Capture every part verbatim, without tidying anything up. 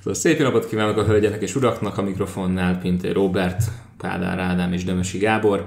Szóval szép napot kívánok a hölgyeknek és uraknak, a mikrofonnál Pintér Róbert, Pádár Ádám és Demesi Gábor.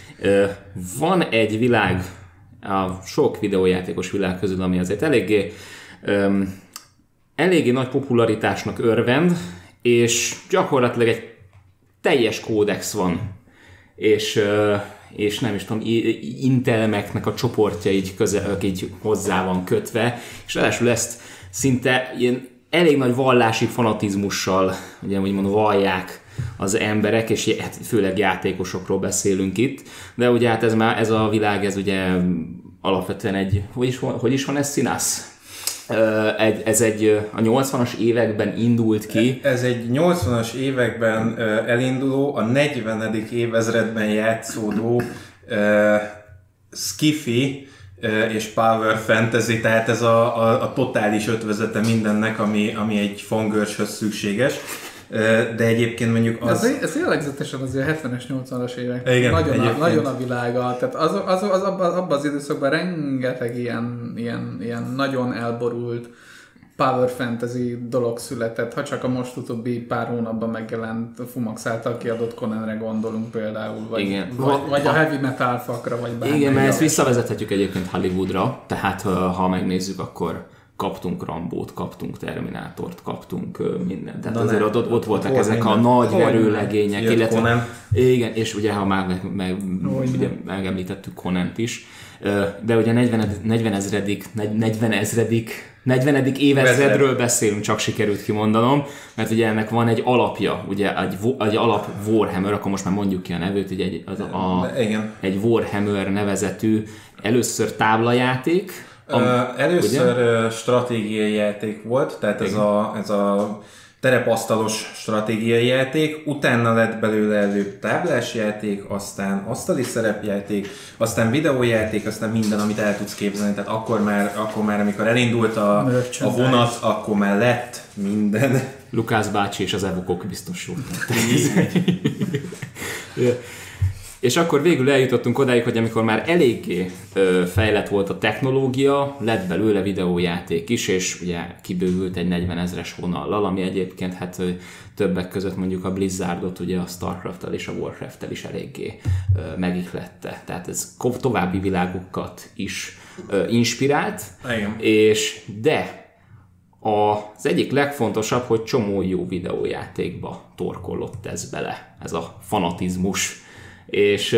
Van egy világ, a sok videójátékos világ közül, ami azért eléggé, um, eléggé nagy popularitásnak örvend, és gyakorlatilag egy teljes kódex van, és, uh, és nem is tudom, intelmeknek a csoportja így, közel, így hozzá van kötve, és ráadásul ezt szinte ilyen elég nagy vallási fanatizmussal, ugye úgymond vallják az emberek, és főleg játékosokról beszélünk itt, de ugye hát ez, már, ez a világ, ez ugye alapvetően egy, hogy is, hogy is van ez, színász? Egy, ez egy a nyolcvanas években indult ki. Ez egy nyolcvanas években elinduló, a negyvenedik évezredben játszódó uh, skifi uh, és power fantasy, tehát ez a, a, a totális ötvözete mindennek, ami, ami egy fangörshöz szükséges. De egyébként mondjuk az... Ez, ez jellegzetesen azért a hetvenes, nyolcvanas évek. Igen, nagyon, a, nagyon a világa. Tehát az, az, az, az abban, abban az időszakban rengeteg ilyen, ilyen, ilyen nagyon elborult power fantasy dolog született. Ha csak a most utóbbi pár hónapban megjelent Fumax által kiadott Conanre gondolunk például, vagy, igen. vagy, vagy a heavy metal fakra, vagy bármely. Igen, mert ezt visszavezethetjük egyébként Hollywoodra, tehát ha megnézzük, akkor kaptunk Rambót, kaptunk Terminátort, kaptunk mindent. Tehát azért ott, ott, ott voltak ezek minden. A nagy verőlegények, illetve Conan. Igen, és ugye ha már meg, meg, ugye megemlítettük Conant is, de ugye negyvenezredik, negyvenezredik, negyvenedik évezredről beszélünk, csak sikerült kimondanom, mert ugye ennek van egy alapja, ugye egy, egy alap Warhammer, akkor most már mondjuk ki a nevét, ugye egy, az, a, egy Warhammer nevezetű először táblajáték. Am, uh, először ugye? stratégiai játék volt, tehát ez a, ez a terepasztalos stratégiai játék, utána lett belőle előbb táblás játék, aztán asztali szerepjáték, aztán videójáték, aztán minden, amit el tudsz képzelni, tehát akkor már, akkor már amikor elindult a, a vonat, akkor már lett minden. Lukász bácsi és az evokok biztos voltak. És akkor végül eljutottunk odáig, hogy amikor már eléggé ö, fejlett volt a technológia, lett belőle videójáték is, és ugye kibővült egy negyvenezres vonallal, ami egyébként hát ö, többek között mondjuk a Blizzardot, ugye a Starcraft-tel és a Warcraft-tel is eléggé ö, megihlette. Tehát ez további világokat is ö, inspirált. Igen. És de az egyik legfontosabb, hogy csomó jó videójátékba torkollott ez bele, ez a fanatizmus. És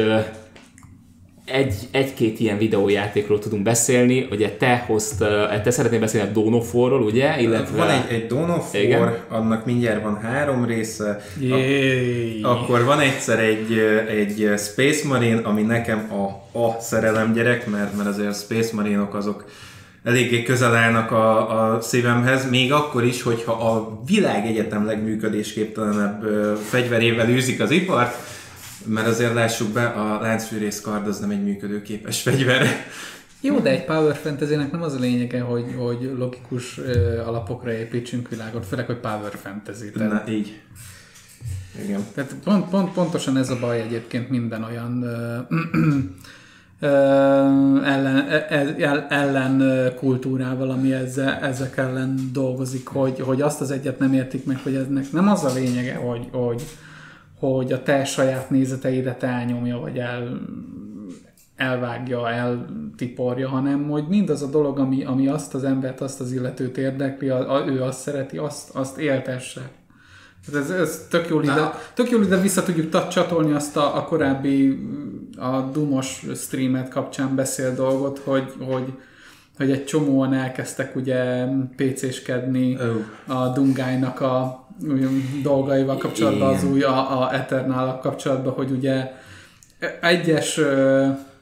egy, egy-két ilyen videójátékról tudunk beszélni, ugye te hozt, te szeretnél beszélni a Dawn of War-ról, ugye? Illetve... Van egy, egy Dawn of War, igen? Annak mindjárt van három része. Jéj. Akkor van egyszer egy, egy Space Marine, ami nekem a, a szerelem gyerek, mert, mert azért a Space Marine-ok azok eléggé közel állnak a, a szívemhez, még akkor is, hogyha a világegyetem legműködésképtelenebb fegyverével űzik az ipart, mert azért lássuk be, a láncfűrész kard az nem egy működőképes fegyver. Jó, de egy power fantasynek nem az a lényege, hogy, hogy logikus uh, alapokra építsünk világot, főleg, hogy power fantasy. Tehát... Na, így. Igen. Tehát pont, pont, pontosan ez a baj egyébként minden olyan uh, uh, ellen, el, ellen kultúrával, ami ezzel, ezek ellen dolgozik, hogy, hogy azt az egyet nem értik meg, hogy ennek nem az a lényege, hogy, hogy hogy a te saját nézeteidet elnyomja, vagy el, elvágja, eltiporja, hanem hogy mindaz a dolog, ami, ami azt az embert, azt az illetőt érdekli, a, a, ő azt szereti, azt, azt éltesse. Ez, ez tök jól ide, tök jól ide vissza tudjuk csatolni azt a, a korábbi a Doom-os streamet kapcsán beszél dolgot, hogy, hogy hogy egy csomóan elkezdtek ugye pé céskedni oh. a Doom-nak a dolgaival kapcsolatban, az új a, a Eternal kapcsolatban, hogy ugye egyes ö,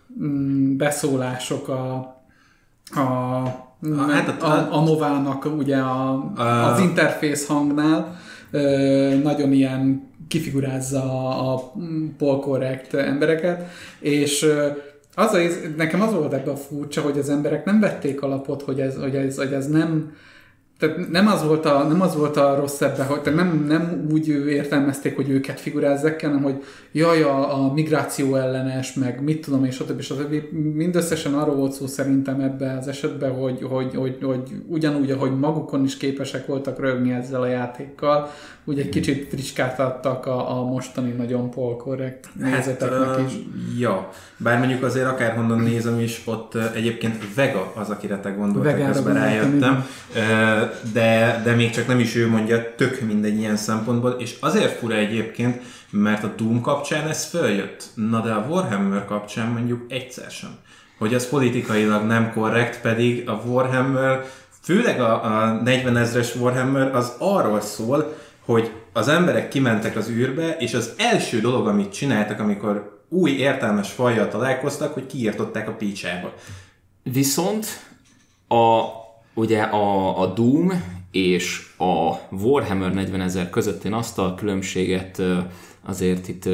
beszólások a, a, a, hát a, a, a Novának ugye a, a, az interfész hangnál ö, nagyon ilyen kifigurázza a, a polkorrekt embereket, és ö, az a, nekem az volt ebben a furcsa, hogy az emberek nem vették alapot, hogy ez, hogy ez, hogy ez nem Tehát nem az volt a, nem az volt a rossz ebben, hogy tehát nem, nem úgy értelmezték, hogy őket figurázzák, hanem hogy jaj, a, a migráció ellenes, meg mit tudom, és stb. stb. Mindösszesen arról volt szó szerintem ebben az esetben, hogy, hogy, hogy, hogy ugyanúgy, ahogy magukon is képesek voltak rögni ezzel a játékkal, úgy egy kicsit fricskát adtak a, a mostani nagyon polkorrekt nézeteknek hát, is. Uh, ja, bár mondjuk azért akárhonnan nézem is, ott uh, egyébként Vega az, akire te gondoltál, közben rájöttem, uh, de, de még csak nem is ő mondja, tök mindegy ilyen szempontból, és azért fura egyébként, mert a Doom kapcsán ez följött, na de a Warhammer kapcsán mondjuk egyszer sem. Hogy az politikailag nem korrekt, pedig a Warhammer, főleg a, a negyvenezres Warhammer az arról szól, hogy az emberek kimentek az űrbe, és az első dolog, amit csináltak, amikor új értelmes fajjal találkoztak, hogy kiírtották a picsába. Viszont a, ugye a, a Doom és a Warhammer negyvenezer között én azt a különbséget azért itt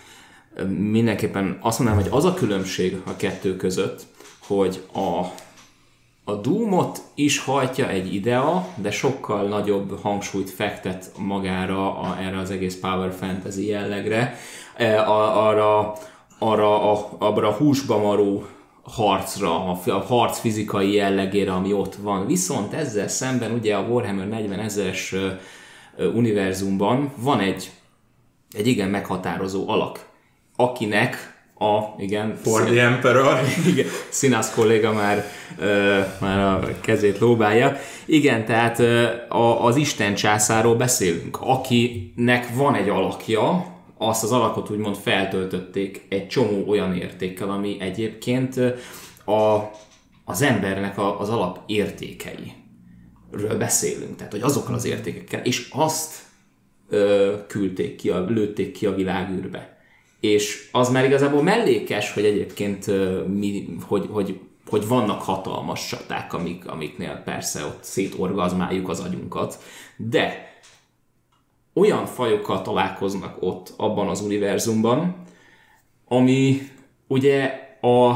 mindenképpen azt mondanám, hogy az a különbség a kettő között, hogy a A Doomot is hajtja egy idea, de sokkal nagyobb hangsúlyt fektet magára, a, erre az egész power fantasy jellegre, a, arra, arra, a, arra a húsba maró harcra, a, a harc fizikai jellegére, ami ott van. Viszont ezzel szemben ugye a Warhammer negyvenezres univerzumban van egy, egy igen meghatározó alak, akinek a, igen, For the Emperor. Igen, Színász kolléga már, uh, már a kezét lóbálja. Igen, tehát uh, a, az Isten császáról beszélünk, akinek van egy alakja, azt az alakot úgymond feltöltötték egy csomó olyan értékkel, ami egyébként a, az embernek a, az alap értékeiről beszélünk, tehát hogy azokkal az értékekkel, és azt uh, küldték ki, a, lőtték ki a világűrbe. És az már igazából mellékes, hogy egyébként mi, hogy, hogy, hogy vannak hatalmas csaták, amik, amiknél persze ott szétorgazmáljuk az agyunkat, de olyan fajokkal találkoznak ott abban az univerzumban, ami ugye a,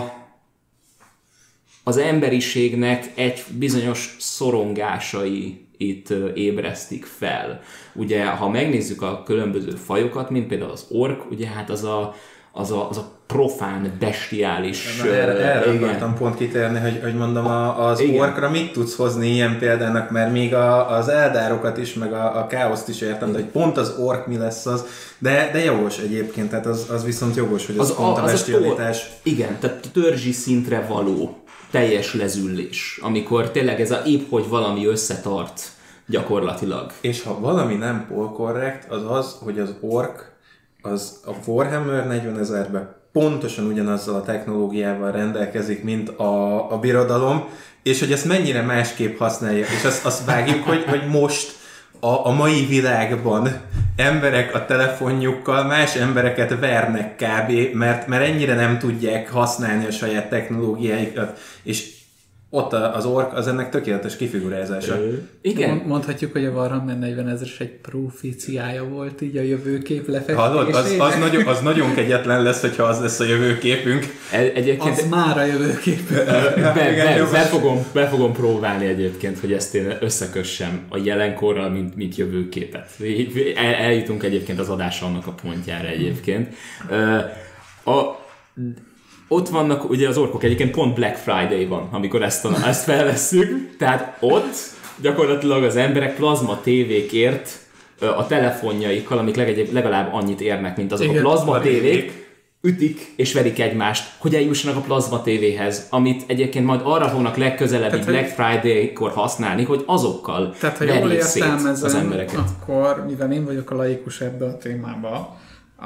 az emberiségnek egy bizonyos szorongásai itt ébresztik fel. Ugye, ha megnézzük a különböző fajokat, mint például az ork, ugye hát az a, az a, az a profán, bestiális... Na, erre erre akartam pont kitérni, hogy, hogy mondom, a, az igen. Orkra mit tudsz hozni ilyen példának, mert még a, az eldárokat is, meg a, a káoszt is értem, de hogy pont az ork mi lesz az, de, de jogos egyébként, tehát az, az viszont jogos, hogy az, az pont a, a bestialitás... A, igen, tehát törzsi szintre való teljes lezüllés, amikor tényleg ez a épp, hogy valami összetart gyakorlatilag. És ha valami nem polkorrekt, az az, hogy az ork az a Warhammer negyvenezerben pontosan ugyanazzal a technológiával rendelkezik, mint a, a birodalom, és hogy ezt mennyire másképp használja. És azt, azt vágjuk, hogy, hogy most a, a mai világban emberek a telefonjukkal más embereket vernek kb. Mert, mert ennyire nem tudják használni a saját technológiáikat, és ott az ork az ennek tökéletes kifigurázása. Igen. Mondhatjuk, hogy a Warhammer negyvenezres egy proféciája volt így a jövőkép lefektésének. Hallod, az, az, nagyon, az nagyon kegyetlen lesz, hogyha az lesz a jövőképünk. Egyébként az már a jövőkép. be, be, be, fogom, be fogom próbálni egyébként, hogy ezt én összekössem a jelenkorral, mint, mint jövőképet. El, eljutunk egyébként az adás annak a pontjára egyébként. A Ott vannak ugye az orkok, egyébként pont Black Friday van, amikor ezt, a, ezt felvesszük, tehát ott gyakorlatilag az emberek plazma tévékért a telefonjaikkal, amik legalább annyit érnek, mint azok igen, a plazma tévék, ütik és verik egymást, hogy eljussanak a plazma tévéhez, amit egyébként majd arra fognak legközelebb tehát, Black Friday-kor használni, hogy azokkal tehát, hogy verjék szét az embereket. Akkor, mivel én vagyok a laikus ebbe a témába,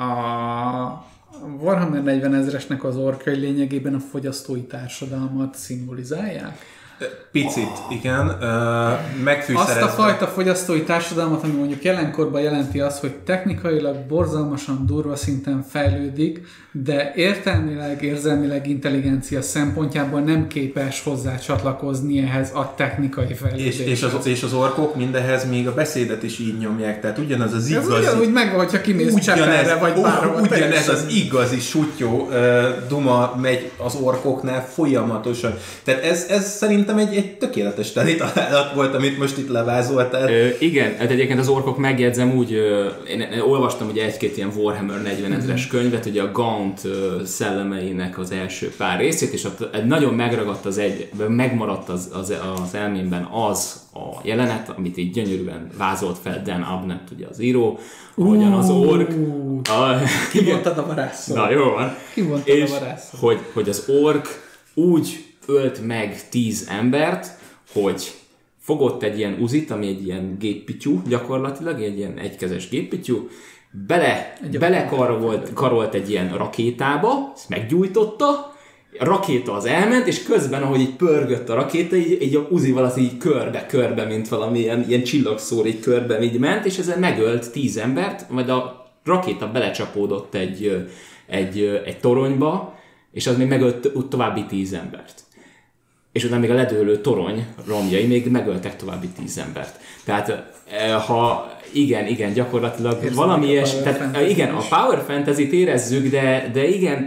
a Warhammer negyvenezresnek az orkai lényegében a fogyasztói társadalmat szimbolizálják? Picit, igen. Uh, megfűszerezve. Azt a fajta fogyasztói társadalmat, ami mondjuk jelenkorban jelenti azt, hogy technikailag borzalmasan durva szinten fejlődik, de értelmileg, érzelmileg, intelligencia szempontjából nem képes hozzá csatlakozni ehhez a technikai fejlődéshez. És, és, az, és az orkok mindehez még a beszédet is így nyomják, tehát ugyanaz az igazi... Ez ugyanúgy megvan, hogyha kimész Csepelre, vagy bárhol. Ugyanez az igazi sutyó uh, duma megy az orkoknál folyamatosan. Tehát ez, ez szerintem szerintem egy, egy tökéletes teli találat volt, amit most itt levázoltál. Ö, igen, hát egyébként az orkok megjegyzem úgy, ö, én, én olvastam ugye egy-két ilyen Warhammer negyvenezres könyvet, ugye a Gaunt ö, szellemeinek az első pár részét, és ott nagyon megragadt az egy, megmaradt az, az, az elmémben az a jelenet, amit így gyönyörűen vázolt fel Dan Abnett, ugye az író, hogyan az ork... Kivontad a varázsszót. Na jó van. Kivontad És a varázsszót. hogy, hogy az ork úgy ölt meg tíz embert, hogy fogott egy ilyen uzit, ami egy ilyen géppityú gyakorlatilag, egy ilyen egykezes géppityú, bele, belekarolt karolt egy ilyen rakétába, ezt meggyújtotta, a rakéta az elment, és közben, ahogy így pörgött a rakéta, így, így a uzival az így körbe-körbe, mint valami ilyen, ilyen csillagszór, így körbe így ment, és ezzel megölt tíz embert, majd a rakéta belecsapódott egy, egy, egy toronyba, és az még megölt további tíz embert. És utána még a ledőlő torony romjai még megöltek további tíz embert. Tehát ha igen, igen, gyakorlatilag érzünk valami ilyes, tehát igen, a Power Fantasy-t érezzük, de, de igen,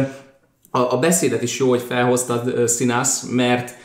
a, a beszédet is jó, hogy felhoztad, Színász, mert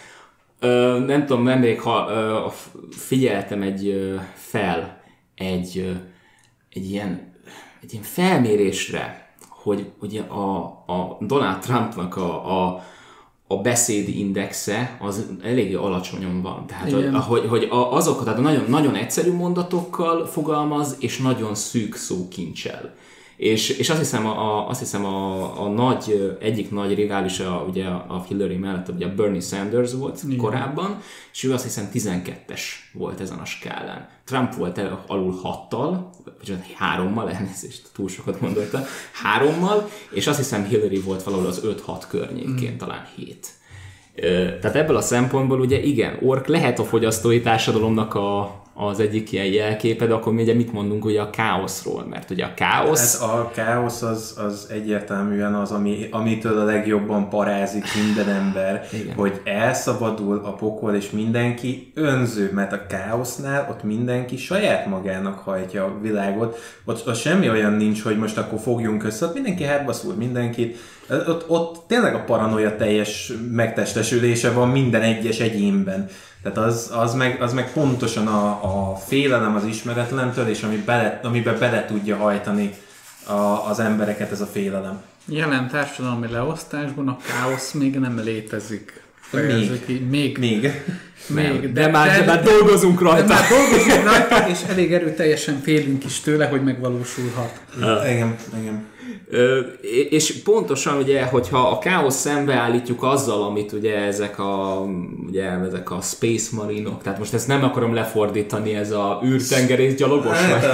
nem tudom, nemrég ha figyeltem egy fel egy, egy ilyen, egy ilyen felmérésre, hogy ugye a, a Donald Trumpnak a, a, a beszédi indexe az eléggé alacsonyan van. Tehát, hogy, hogy, hogy azokat tehát nagyon, nagyon egyszerű mondatokkal fogalmaz, és nagyon szűk szókincsel. És, és azt hiszem, a, azt hiszem a, a nagy, egyik nagy riválisa ugye a Hillary mellett ugye a Bernie Sanders volt igen. korábban, és ő azt hiszem tizenkettes volt ezen a skálán. Trump volt el, alul hattal, vagy hárommal, elnézést, túl sokat mondottam, hárommal, és azt hiszem Hillary volt valahol az öt-hat környékén, mm. talán hét. Tehát ebből a szempontból ugye igen, ork lehet a fogyasztói társadalomnak a, az egyik ilyen jelképe, de akkor mi ugye mit mondunk ugye a káoszról, mert ugye a káosz... Hát a káosz az, az egyértelműen az, ami, amitől a legjobban parázik minden ember, igen. hogy elszabadul a pokol, és mindenki önző, mert a káosznál ott mindenki saját magának hajtja a világot, ott, ott semmi olyan nincs, hogy most akkor fogjunk össze, ott mindenki hátba szúr mindenkit, ott, ott tényleg a paranoia teljes megtestesülése van minden egyes egyénben. Tehát az, az, meg, az meg pontosan a, a félelem az ismeretlentől, és ami bele, amiben bele tudja hajtani a, az embereket ez a félelem. Jelen társadalmi leosztásban a káosz még nem létezik. Még. Ki. Még. Még. még. De, de, már, de már dolgozunk rajta. De már dolgozunk rajta, és elég erőteljesen félünk is tőle, hogy megvalósulhat. Uh. Igen, igen. Ö, és pontosan ugye, hogyha a káosz szembeállítjuk azzal, amit ugye ezek a, ugye ezek a Space Marinok, tehát most ezt nem akarom lefordítani, ez a űrtengerész gyalogos?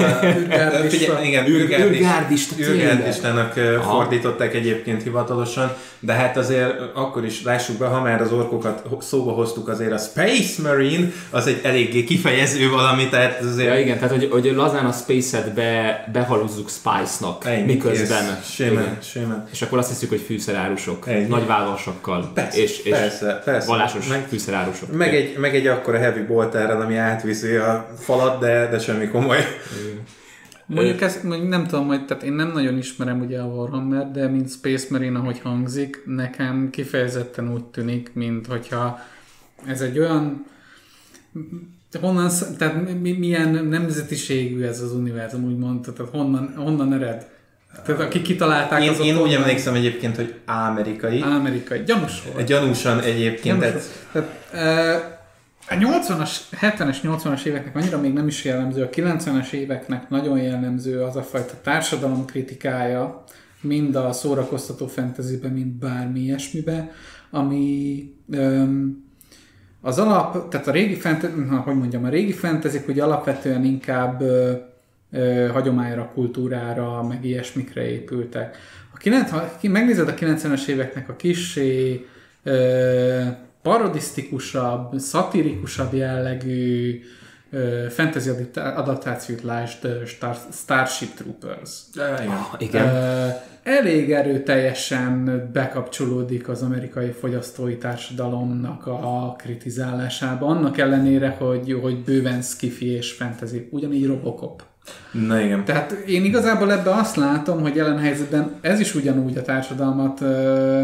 űrgárdistának fordították egyébként hivatalosan, de hát azért akkor is lássuk be, ha már az orkokat szóba hoztuk, azért a Space Marine az egy eléggé kifejező valami, tehát azért... Ja igen, tehát hogy, hogy lazán a Space-et be, behalúzzuk Spice-nak, Ennyi, miközben... Sémen, sémen. És akkor azt hiszük, hogy fűszerárusok, Ennyi. nagy vállasokkal, persze, és, és persze, persze. vallásos meg, fűszerárusok. Meg egy, meg egy akkora heavy boltárral, ami átviszi a falat, de, de semmi komoly. Mondjuk ezt, mondjuk nem tudom, hogy tehát én nem nagyon ismerem ugye a Warhammer, de mint Space Marine, ahogy hangzik, nekem kifejezetten úgy tűnik, mint hogyha ez egy olyan honnan, tehát milyen nemzetiségű ez az univerzum, úgymond, tehát honnan, honnan ered? Tehát akik kitalálták én, azok... Én úgy emlékszem egyébként, hogy amerikai. Amerikai. Gyanús volt. Gyanúsan egyébként. Gyanús tehát, tehát, a nyolcvanas, hetvenes, nyolcvanas éveknek annyira még nem is jellemző, a kilencvenes éveknek nagyon jellemző az a fajta társadalomkritikája, mind a szórakoztató fantasyben, mind bármi ilyesmiben, ami öm, az alap, tehát a régi fantasy, hogy mondjam, a régi fantasyk ugye alapvetően inkább ö, ö, hagyományra, kultúrára, meg ilyesmikre épültek. A kilenc, ha megnézed a kilencvenes éveknek a kissé ö, parodisztikusabb, szatirikusabb jellegű uh, fantasy adaptációt, lásd Star, Starship Troopers. Igen. Oh, igen. Uh, elég erőteljesen bekapcsolódik az amerikai fogyasztói társadalomnak a kritizálásába, annak ellenére, hogy, hogy bőven skifi és fantasy, ugyanígy Robocop. Na igen. Tehát én igazából ebben azt látom, hogy jelen helyzetben ez is ugyanúgy a társadalmat uh,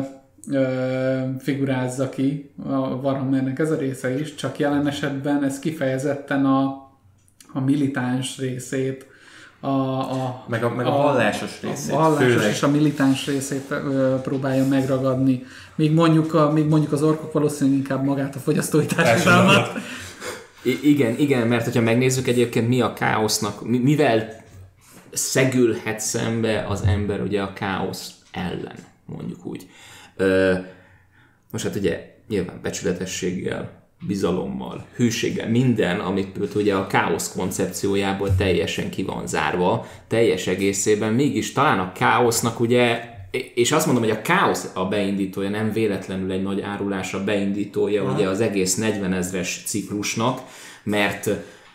ö, figurázza ki a Warhammernek ez a része is, csak jelen esetben ez kifejezetten a, a militáns részét, a, a, meg, a, meg a, a vallásos részét. A vallásos főleg. és a militáns részét ö, próbálja megragadni. Míg mondjuk, a, míg mondjuk az orkok valószínűleg inkább magát a fogyasztói társadalmat. I- igen, igen, mert hogyha megnézzük egyébként mi a káosznak, mi, mivel szegülhet szembe az ember ugye a káosz ellen, mondjuk úgy. Ö, most hát ugye nyilván becsületességgel, bizalommal, hűséggel, minden, amit ugye a káosz koncepciójából teljesen ki van zárva, teljes egészében, mégis talán a káosznak ugye, és azt mondom, hogy a káosz a beindítója, nem véletlenül egy nagy árulás a beindítója uh-huh. ugye az egész negyvenezres ciklusnak, mert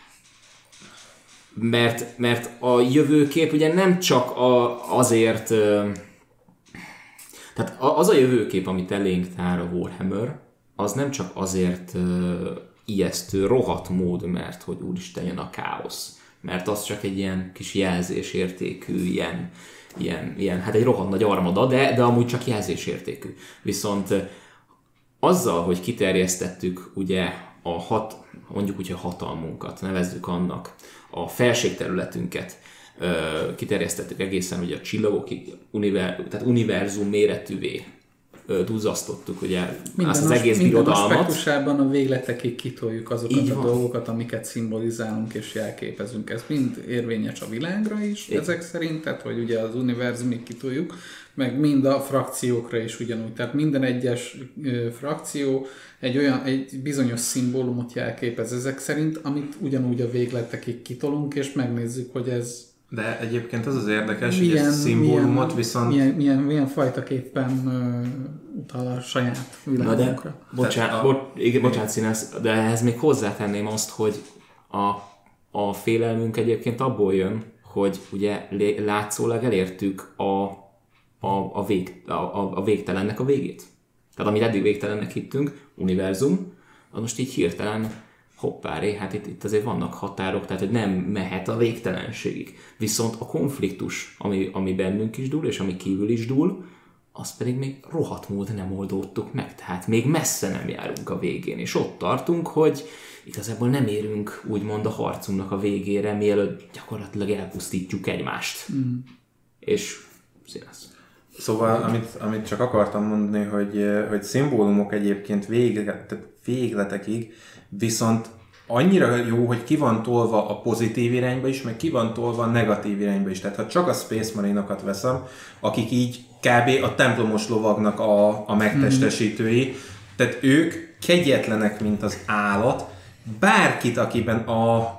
mert, mert a jövőkép ugye nem csak a, azért, tehát az a jövőkép, amit elénk tár a Warhammer, az nem csak azért uh, ijesztő, rohadt mód, mert hogy úristen jön a káosz, mert az csak egy ilyen kis jelzésértékű, ilyen, ilyen, ilyen hát egy rohadt nagy armada, de, de amúgy csak jelzésértékű. Viszont uh, azzal, hogy kiterjesztettük ugye a hat, mondjuk úgy a hatalmunkat, nevezzük annak, a felségterületünket, uh, kiterjesztettük egészen ugye a csillagokig, univer, tehát univerzum méretűvé duzzasztottuk ugye minden azt az egész birodalmat. Minden aspektusában a végletekig kitoljuk azokat így a van. dolgokat, amiket szimbolizálunk és jelképezünk. Ez mind érvényes a világra is, igen. Ezek szerint, tehát hogy ugye az univerzumig kitoljuk, meg mind a frakciókra is ugyanúgy. Tehát minden egyes ö, frakció egy olyan, egy bizonyos szimbólumot jelképez ezek szerint, amit ugyanúgy a végletekig kitolunk, és megnézzük, hogy ez de egyébként az az érdekes, milyen, hogy ezt a szimbólumot milyen, viszont... Milyen, milyen, milyen fajtaképpen uh, utal a saját világunkra. Bocsánat, bo- igen, bocsánat színes, de ehhez még hozzátenném azt, hogy a, a félelmünk egyébként abból jön, hogy ugye látszólag elértük a, a, a, vég, a, a, a végtelennek a végét. Tehát amit eddig végtelennek hittünk, univerzum, az most így hirtelen hoppáré, hát itt, itt azért vannak határok, tehát hogy nem mehet a végtelenségig. Viszont a konfliktus, ami, ami bennünk is dúl, és ami kívül is dúl, azt pedig még rohadt módon nem oldódtuk meg. Tehát még messze nem járunk a végén, és ott tartunk, hogy igazából nem érünk úgymond a harcunknak a végére, mielőtt gyakorlatilag elpusztítjuk egymást. Mm. És színes. Szóval, amit, amit csak akartam mondani, hogy, hogy szimbólumok egyébként véglet, végletekig, viszont annyira jó, hogy ki van tolva a pozitív irányba is, meg ki van tolva a negatív irányba is. Tehát ha csak a Space Marine-okat veszem, akik így kb. A templomos lovagnak a, a megtestesítői, tehát ők kegyetlenek, mint az állat, bárkit, akiben a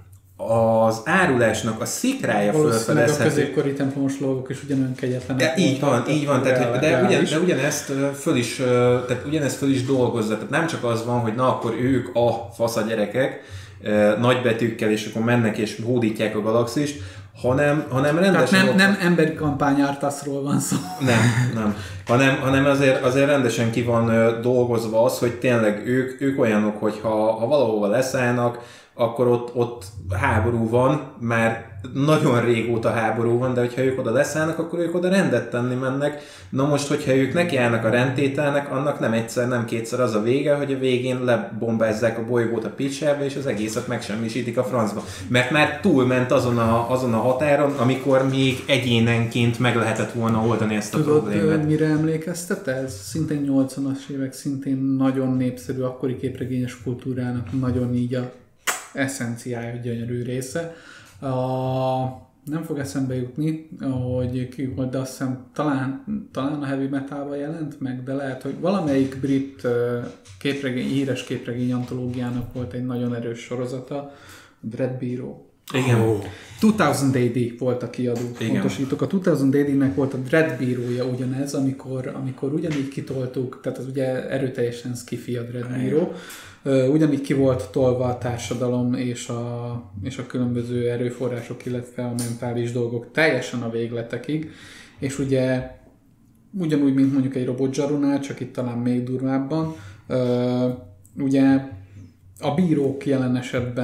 az árulásnak a szikrája valószínűleg felfedezhető. a középkori templomos lovagok is ugyanolyan kegyetlenek. Ja, így van, így van, tehát, de, ugyan, de ugyanezt föl is, tehát ugyanezt föl is dolgozza, tehát nem csak az van, hogy na akkor ők a fasza gyerekek, nagybetűkkel, és akkor mennek és hódítják a galaxist, hanem, hanem rendesen... Tehát nem, ott... nem emberi kampányártaszról van szó. Nem, nem. Hanem, hanem azért, azért rendesen ki van dolgozva az, hogy tényleg ők, ők olyanok, hogy ha, ha valahova leszállnak, akkor ott, ott háború van, már nagyon régóta háború van, de hogyha ők oda leszállnak, akkor ők oda rendet tenni mennek. Na most, hogyha ők nekiállnak a rendtételnek, annak nem egyszer, nem kétszer az a vége, hogy a végén lebombázzák a bolygót a picsába, és az egészet megsemmisítik a francba. Mert már túlment azon a, azon a határon, amikor még egyénenként meg lehetett volna oldani ezt a Tudod, problémát. Tudod, mire emlékeztet ez? Szintén nyolcvanas évek, szintén nagyon népszerű akkori képregényes kultúrának, nagyon így a eszenciája, gyönyörű része. A, nem fog eszembe jutni, hogy ki volt, de azt hiszem talán, talán a heavy metalban jelent meg, de lehet, hogy valamelyik brit képregény, híres képregény antológiának volt egy nagyon erős sorozata, Dread Bureau. Igen. Oh. kétezer á dé volt a kiadó. Pontosítok, a kétezer á dé-nek volt a Dread Bureau-ja ugyanez, amikor, amikor ugyanígy kitoltuk, tehát az ugye erőteljesen skifi a Dread Bureau, ugyanígy ki volt tolva a társadalom és a, és a különböző erőforrások, illetve a mentális dolgok teljesen a végletekig, és ugye ugyanúgy, mint mondjuk egy robotzsarunál, csak itt talán még durvábban, ugye a bírók jelen esetben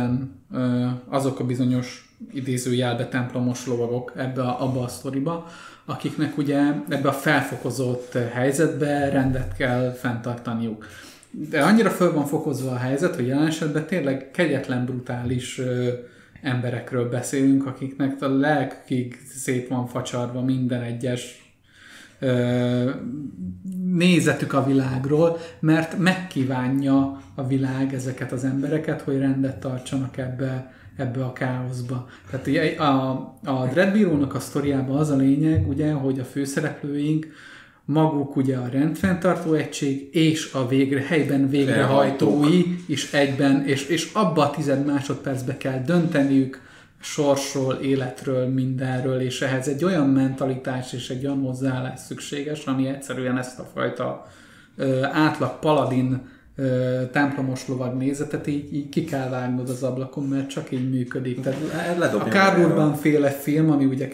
azok a bizonyos idézőjelbe templomos lovagok ebbe a, abba a sztoriba, akiknek ugye ebbe a felfokozott helyzetbe rendet kell fenntartaniuk. De annyira föl van fokozva a helyzet, hogy jelen esetben tényleg kegyetlen, brutális ö, emberekről beszélünk, akiknek a lelkig szét van facsarva minden egyes ö, nézetük a világról, mert megkívánja a világ ezeket az embereket, hogy rendet tartsanak ebbe, ebbe a káoszba. Tehát a, a Dreadbírónak a sztoriában az a lényeg, ugye, hogy a főszereplőink maguk ugye a rendfenntartó egység és a végre, helyben végrehajtói is egyben, és, és abba a tized másodpercbe kell dönteniük sorsról, életről, mindenről, és ehhez egy olyan mentalitás és egy olyan hozzáállás szükséges, ami egyszerűen ezt a fajta ö, átlag paladin ö, templomos lovag nézetet így, így ki kell vágnod az ablakon, mert csak így működik. Tehát a Karl Urban féle film, ami ugye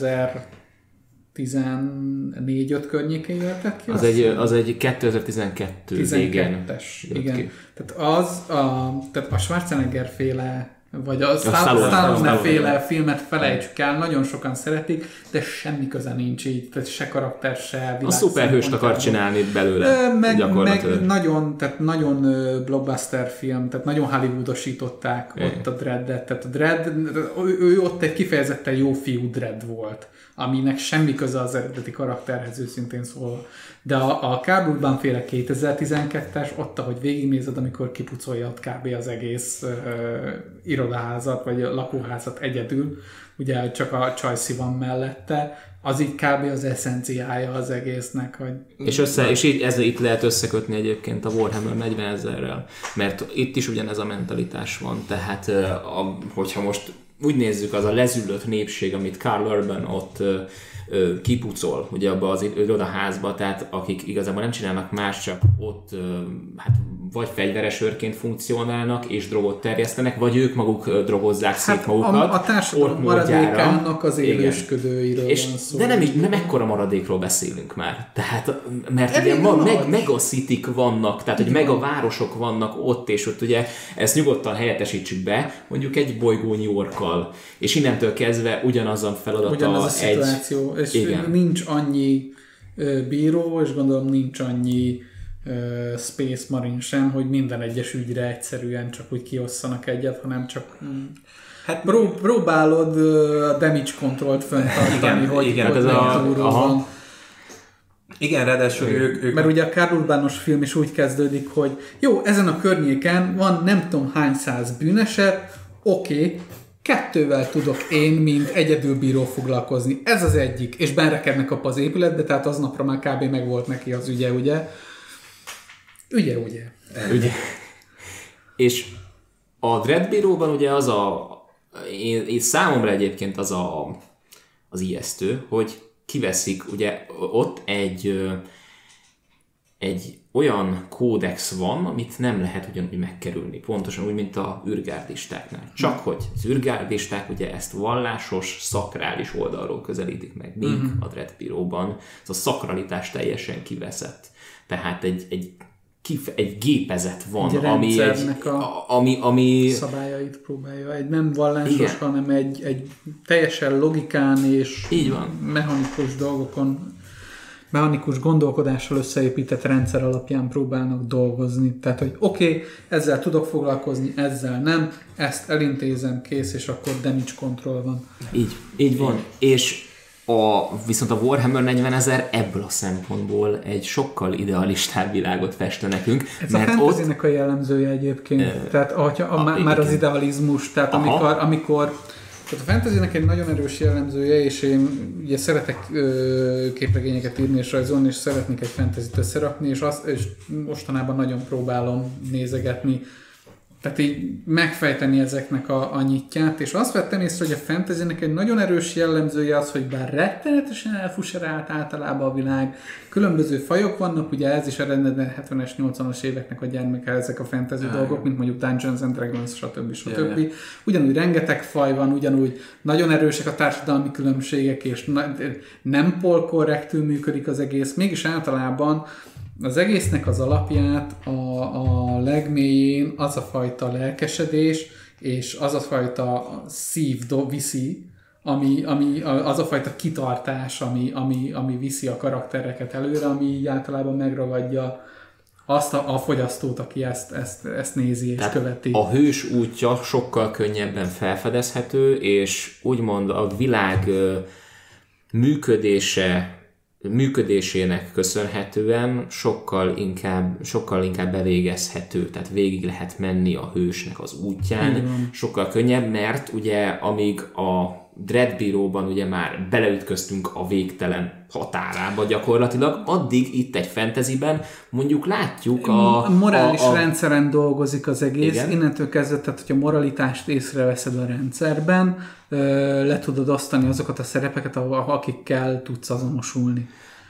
kétezer-tizennégy öt környékén jöttek ki. Az egy, az egy kétezer-tizenkettő tizenkettes, igen. Ki. Tehát az a, tehát a Schwarzenegger féle vagy a Stallone féle filmet felejtsük el, nagyon sokan szeretik, de semmi köze nincs így, tehát se karakter, se világ. A szuperhőst akar csinálni belőle, meg, meg nagyon, tehát nagyon blockbuster film, tehát nagyon hollywoodosították yeah. ott a Dredd-et, tehát a Dredd, ő, ő ott egy kifejezetten jó fiú Dredd volt, aminek semmi köze az eredeti karakterhez, őszintén szólva. De a, a Karl Urban féle kétezer-tizenkettes, ott, ahogy végignézed, amikor kipucolja ott kb. Az egész uh, irodaházat, vagy lakóházat egyedül, ugye csak a Csajci van mellette, az így kb. Az eszenciája az egésznek. Hogy... És, össze, és így, ezzel itt lehet összekötni egyébként a Warhammer negyvenezerrel, mert itt is ugyanez a mentalitás van, tehát a, hogyha most úgy nézzük, az a lezüllött népség, amit Karl Urban ott kipucol, ugye abba az irodaházba, tehát akik igazából nem csinálnak más, csak ott hát vagy fegyveres őrként funkcionálnak és drogot terjesztenek, vagy ők maguk drogozzák hát szét magukat. A, a társadalom maradékának az élősködőiről és, van szó. De nem, is, nem ekkora maradékról beszélünk már. Tehát, mert Elég ugye ma, meg, megacitik vannak, tehát hogy megavárosok vannak ott, és ott ugye ezt nyugodtan helyettesítsük be, mondjuk egy bolygó New Yorkkal, és innentől kezdve ugyanaz a feladata. Ugyanaz a szituáció, egy, és igen. nincs annyi uh, bíró, és gondolom nincs annyi uh, Space Marine sem, hogy minden egyes ügyre egyszerűen csak úgy kiosszanak egyet, hanem csak mm, hát pró- próbálod uh, a damage control-t fenntartani, hogy, igen, hogy ez a, van. Igen, ráadásul ők, ők... Mert ugye a Karl Urbanos film is úgy kezdődik, hogy jó, ezen a környéken van nem tudom hány száz bűneset, oké, okay, kettővel tudok én, mint egyedülbíró foglalkozni. Ez az egyik. És benrekednek apa az épületbe, tehát aznapra már kb. Meg volt neki az ügye, ugye? Ügye, ugye? Ügye. És a Dreadbíróban ugye az a... Én, én számomra egyébként az a, az ijesztő, hogy kiveszik, ugye ott egy egy olyan kódex van, amit nem lehet ugyanúgy megkerülni. Pontosan úgy, mint a űrgárdistáknál. Csak hogy az űrgárdisták ugye ezt vallásos, szakrális oldalról közelítik meg, míg uh-huh. a Dreadbíróban ez a szakralitás teljesen kiveszett. Tehát egy, egy, kif- egy gépezet van, egy ami, egy, a ami, ami szabályait próbálja. Egy nem vallásos, igen. hanem egy, egy teljesen logikán és így van. mechanikus dolgokon mechanikus gondolkodással összeépített rendszer alapján próbálnak dolgozni. Tehát, hogy oké, okay, ezzel tudok foglalkozni, ezzel nem, ezt elintézem, kész, és akkor damage control van. Így, így van. És a, viszont a Warhammer negyvenezer ebből a szempontból egy sokkal idealistább világot feste nekünk. Ez mert a fantasynek ott... a jellemzője egyébként. E... Tehát ahogy a, a, már az idealizmus, tehát amikor, amikor tehát a fantasynek egy nagyon erős jellemzője, és én ugye szeretek ö, képregényeket írni és rajzolni, és szeretnék egy fantasyt összerakni, és, azt, és mostanában nagyon próbálom nézegetni, tehát így megfejteni ezeknek a, a nyitját, és azt vettem észre, hogy a fantasynek egy nagyon erős jellemzője az, hogy bár rettenetesen elfuserált általában a világ, különböző fajok vannak, ugye ez is a rendben hetvenes, nyolcvanas éveknek a gyermeke ezek a fantasy ah, dolgok, mint mondjuk Dungeons and Dragons, stb. stb. Yeah, yeah. Ugyanúgy rengeteg faj van, ugyanúgy nagyon erősek a társadalmi különbségek, és na, nem polkorrektül működik az egész, mégis általában az egésznek az alapját a, a legmélyén az a fajta lelkesedés és az a fajta szív do, viszi, ami, ami, az a fajta kitartás, ami, ami, ami viszi a karaktereket előre, ami általában megragadja azt a, a fogyasztót, aki ezt, ezt, ezt nézi és Tehát követi. A hős útja sokkal könnyebben felfedezhető, és úgymond a világ működése, működésének köszönhetően sokkal inkább, sokkal inkább bevégezhető, tehát végig lehet menni a hősnek az útján, sokkal könnyebb, mert ugye amíg a Dreadbíróban ugye már beleütköztünk a végtelen határába gyakorlatilag, addig itt egy fantasyben mondjuk látjuk a... A morális a, a... rendszeren dolgozik az egész, igen? Innentől kezdve, tehát hogyha moralitást észreveszed a rendszerben, le tudod osztani azokat a szerepeket, akikkel tudsz azonosulni.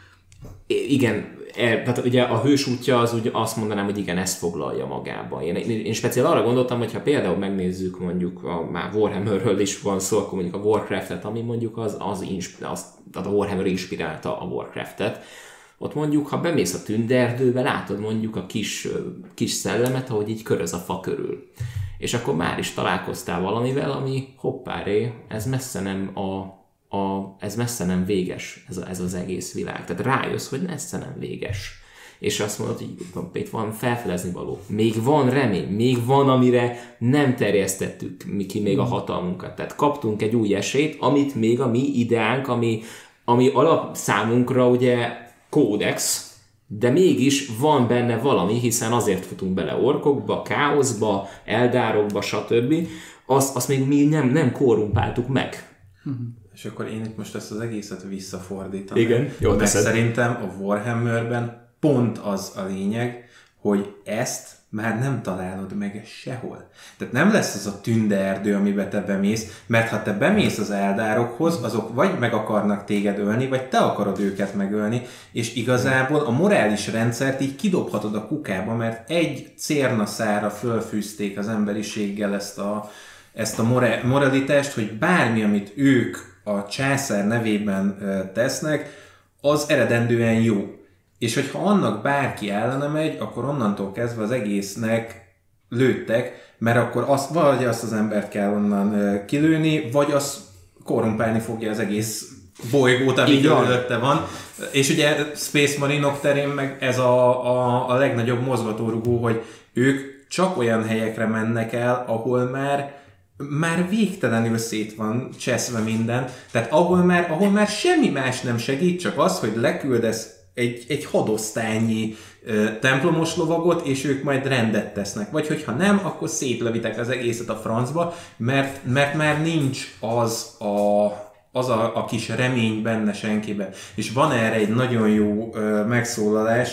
Igen, tehát ugye a hős útja az úgy azt mondanám, hogy igen, ezt foglalja magába. Én, én, én speciál arra gondoltam, hogy ha például megnézzük mondjuk, a, már Warhammerről is van szó, akkor mondjuk a Warcraftet, ami mondjuk az, az, az tehát a Warhammer inspirálta a Warcraftet. Ott mondjuk, ha bemész a tünderdőbe, látod mondjuk a kis, kis szellemet, ahogy így köröz a fa körül. És akkor már is találkoztál valamivel, ami hoppáré, ez messze nem a A, ez messze nem véges, ez, a, ez az egész világ. Tehát rájössz, hogy messze nem véges. És azt mondod, hogy itt van felfedezni való. Még van remény, még van, amire nem terjesztettük mi ki még a hatalmunkat. Tehát kaptunk egy új esélyt, amit még a mi ideánk, ami, ami alapszámunkra ugye kódex, de mégis van benne valami, hiszen azért futunk bele orkokba, káoszba, eldárokba, stb. Azt, azt még mi nem, nem korrumpáltuk meg. Uh-huh. És akkor én itt most ezt az egészet visszafordítom. Igen, jó mert teszed. Szerintem a Warhammerben pont az a lényeg, hogy ezt már nem találod meg sehol. Tehát nem lesz az a tündeerdő, amiben te bemész, mert ha te bemész az eldárokhoz, azok vagy meg akarnak téged ölni, vagy te akarod őket megölni, és igazából a morális rendszert így kidobhatod a kukába, mert egy cérnaszára fölfűzték az emberiséggel ezt a, ezt a mora- moralitást, hogy bármi, amit ők a császár nevében tesznek, az eredendően jó. És hogyha annak bárki ellene megy, akkor onnantól kezdve az egésznek lőttek, mert akkor azt, vagy azt az embert kell onnan kilőni, vagy azt korrumpálni fogja az egész bolygót, ami előtte van. És ugye Space Marinok terén meg ez a, a, a legnagyobb mozgatórugó, hogy ők csak olyan helyekre mennek el, ahol már már végtelenül szét van cseszve minden, tehát ahol már, ahol már semmi más nem segít, csak az, hogy leküldesz egy, egy hadosztányi ö, templomos lovagot, és ők majd rendet tesznek. Vagy hogyha nem, akkor szétlövitek az egészet a francba, mert, mert már nincs az a, az a, a kis remény benne senkiben. És van erre egy nagyon jó ö, megszólalás,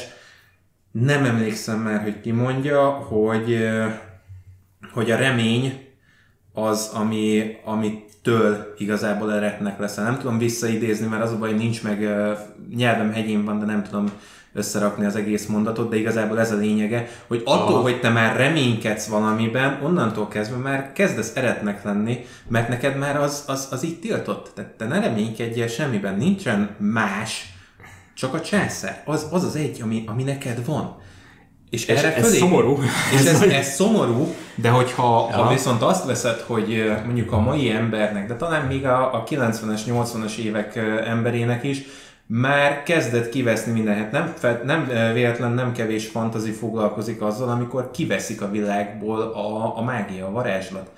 nem emlékszem már, hogy ki mondja, hogy, ö, hogy a remény az, ami, amitől igazából eretnek leszel. Nem tudom visszaidézni, mert az a baj, nincs meg, uh, nyelvem hegyén van, de nem tudom összerakni az egész mondatot, de igazából ez a lényege, hogy attól, Aha. hogy te már reménykedsz valamiben, onnantól kezdve már kezdesz eretnek lenni, mert neked már az, az, az így tiltott. Tehát te ne reménykedjél semmiben, nincsen más, csak a császár. Az az, az egy, ami, ami neked van. És, és ez szomorú. És ez, ez szomorú, de hogyha ja. ha viszont azt veszed, hogy mondjuk a mai embernek, de talán még a, a kilencvenes, nyolcvanas évek emberének is, már kezdett kiveszni mindenhet. Nem, nem véletlen, nem kevés fantasy foglalkozik azzal, amikor kiveszik a világból a, a mágia, a varázslat.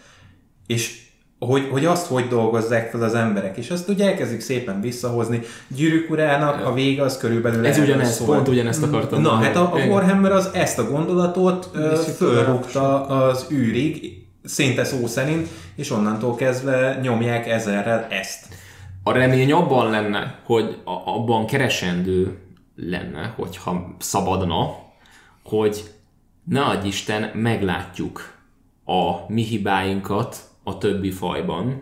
És hogy, hogy azt hogy dolgozzák fel az emberek, és azt ugye elkezdik szépen visszahozni. Gyűrűk urának a vége az körülbelül ez ugyanez, szól. Pont ugyanezt akartam. Na, hát a, a Warhammer az ezt a gondolatot fölrúgta az űrig, szinte szó szerint, és onnantól kezdve nyomják ezerrel ezt. A remény abban lenne, hogy abban keresendő lenne, hogyha szabadna, hogy ne adj Isten, meglátjuk a mi hibáinkat a többi fajban,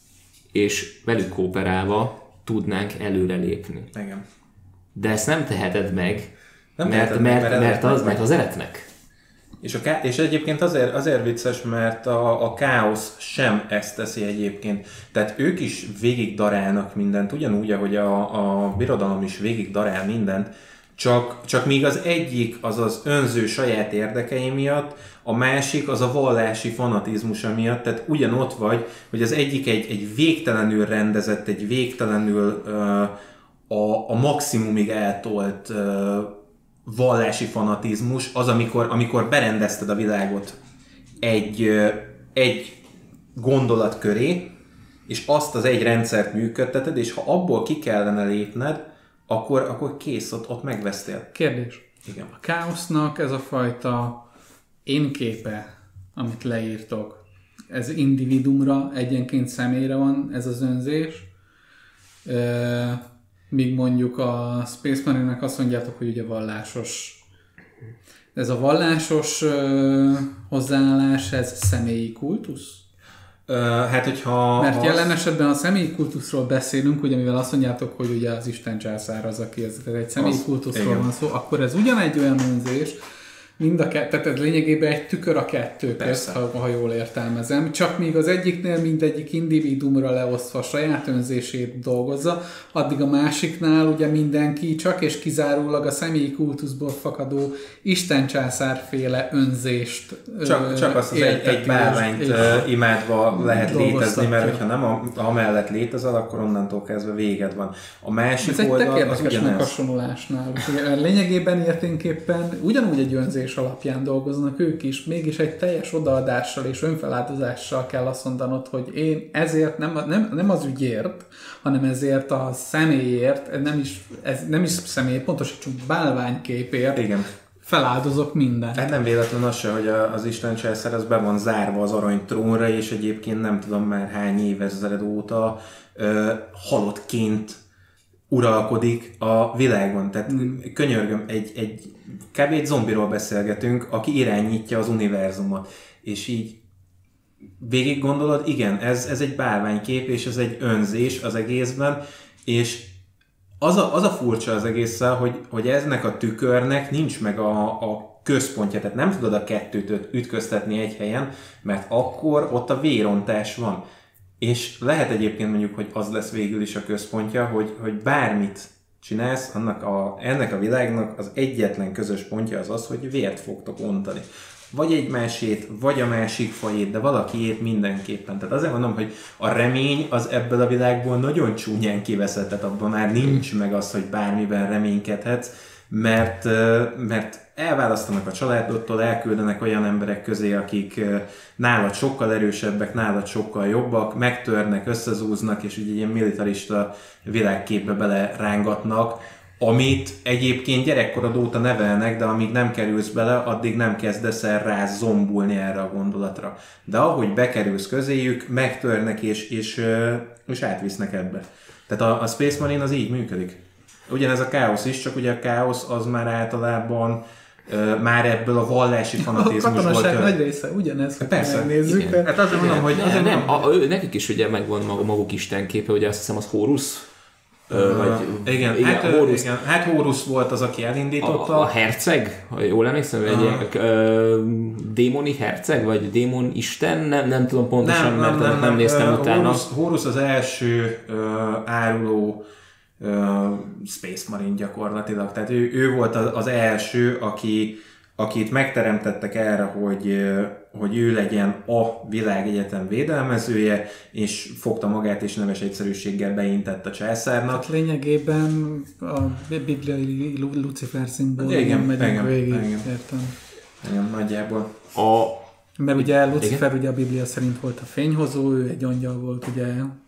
és velük kooperálva tudnánk előrelépni. Igen. De ezt nem teheted meg, nem mert, teheted mert, meg, mert, mert, az, mert az eretnek. És, a ká- és egyébként azért, azért vicces, mert a, a káosz sem ezt teszi egyébként. Tehát ők is végig darálnak mindent, ugyanúgy, ahogy a, a birodalom is végig darál mindent, Csak, csak míg az egyik az az önző saját érdekei miatt, a másik az a vallási fanatizmusa miatt, tehát ugyanott vagy, hogy az egyik egy, egy végtelenül rendezett, egy végtelenül uh, a, a maximumig eltolt uh, vallási fanatizmus, az amikor, amikor berendezted a világot egy, uh, egy gondolat köré, és azt az egy rendszert működteted, és ha abból ki kellene lépned, akkor, akkor kész, ott, ott megvesztél. Kérdés. Igen. A káosznak ez a fajta én képe, amit leírtok, ez individumra, egyenként személyre van ez az önzés, e, míg mondjuk a Space Marine-nek azt mondjátok, hogy ugye vallásos. Ez a vallásos e, hozzáállás, ez személyi kultusz? Uh, hát, hogyha... Mert az... jelen esetben a személyi kultuszról beszélünk, ugye mivel azt mondjátok, hogy ugye az Isten császár az, aki ez, egy személyi az, kultuszról igen. van szó, akkor ez ugyanegy olyan önzés, mind a kettő, tehát ez lényegében egy tükör a kettő közt, ha, ha jól értelmezem. Csak míg az egyiknél mindegyik individumra leosztva a saját önzését dolgozza, addig a másiknál ugye mindenki csak és kizárólag a személyi kultuszból fakadó istencsászárféle önzést Csak, csak azt az egy, egy bálványt imádva lehet létezni, mert hogyha nem amellett létezel, akkor onnantól kezdve véged van. A másik ez oldal egy az ugyanez. megkasonulásnál. Lényegében érténképpen ugyanúgy egy önzés alapján dolgoznak ők is, mégis egy teljes odaadással és önfeláldozással kell azt mondanod, hogy én ezért nem, nem, nem az ügyért, hanem ezért a személyért, nem is, ez nem is személy, pontosítsuk bálványképért, igen. feláldozok mindent. Hát nem véletlen az se, hogy az Isten császár az be van zárva az aranytrónra, és egyébként nem tudom már hány évezred óta ö, halottként uralkodik a világon. Tehát mm. könyörgöm, egy, egy kb. Egy zombiról beszélgetünk, aki irányítja az univerzumot. És így végig gondolod, igen, ez, ez egy bálványkép, és ez egy önzés az egészben, és az a, az a furcsa az egésszel, hogy, hogy eznek a tükörnek nincs meg a, a központja, tehát nem tudod a kettőt ütköztetni egy helyen, mert akkor ott a vérontás van. És lehet egyébként mondjuk, hogy az lesz végül is a központja, hogy, hogy bármit csinálsz, annak a, ennek a világnak az egyetlen közös pontja az az, hogy vért fogtok ontani. Vagy egymásét, vagy a másik fajét, de valakiét mindenképpen. Tehát azért mondom, hogy a remény az ebből a világból nagyon csúnyán kiveszett, tehát abban már nincs meg az, hogy bármiben reménykedhetsz, mert, mert elválasztanak a családodtól, elküldenek olyan emberek közé, akik nálad sokkal erősebbek, nálad sokkal jobbak, megtörnek, összezúznak, és ugye ilyen militarista világképbe belerángatnak, amit egyébként gyerekkorod óta nevelnek, de amíg nem kerülsz bele, addig nem kezdesz el rá zombulni erre a gondolatra. De ahogy bekerülsz közéjük, megtörnek és, és, és átvisznek ebbe. Tehát a, a Space Marine az így működik. Ugyanez a káosz is, csak ugye a káosz az már általában uh, már ebből a vallási fanatizmusból... A katonaság nagy része ugyanez, hogy persze, nézzük. De... Hát azért mondom, hogy... Nem, nem, a, a, nekik is ugye megvan maga, maguk istenképe, ugye azt hiszem az Horus. Uh, vagy, igen, igen, hát, Horus. igen, hát Horus volt az, aki elindította. A, a herceg, ha jól emlékszem, uh. egy uh, démoni herceg, vagy démon isten, nem, nem tudom pontosan, nem, mert nem, nem, nem néztem uh, utána. Horus, Horus az első uh, áruló uh, Space Marine gyakorlatilag, tehát ő, ő volt az, az első, aki, akit megteremtettek erre, hogy, hogy ő legyen a világegyetem védelmezője, és fogta magát és nemes egyszerűséggel beintett a császárnak. Hát lényegében a bibliai Lucifer szimbólumon megyünk végig, igen. értem. Igen, nagyjából. A... Mert ugye Lucifer igen? ugye a Biblia szerint volt a fényhozó, ő egy angyal volt, ugye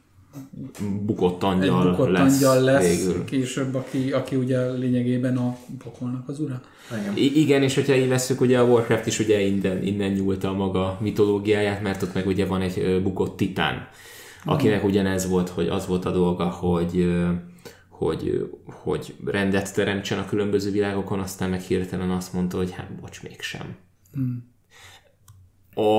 bukott angyal, egy bukott lesz, angyal lesz végül. Később, aki, aki ugye lényegében a pokolnak az ura. Igen. I- igen, és hogyha így vesszük, ugye a Warcraft is ugye innen, innen nyúlta a maga mitológiáját, mert ott meg ugye van egy bukott titán, akinek mm. ugyanez volt, hogy az volt a dolga, hogy, hogy, hogy rendet teremtsen a különböző világokon, aztán meg hirtelen azt mondta, hogy hát bocs, mégsem. Mm. A,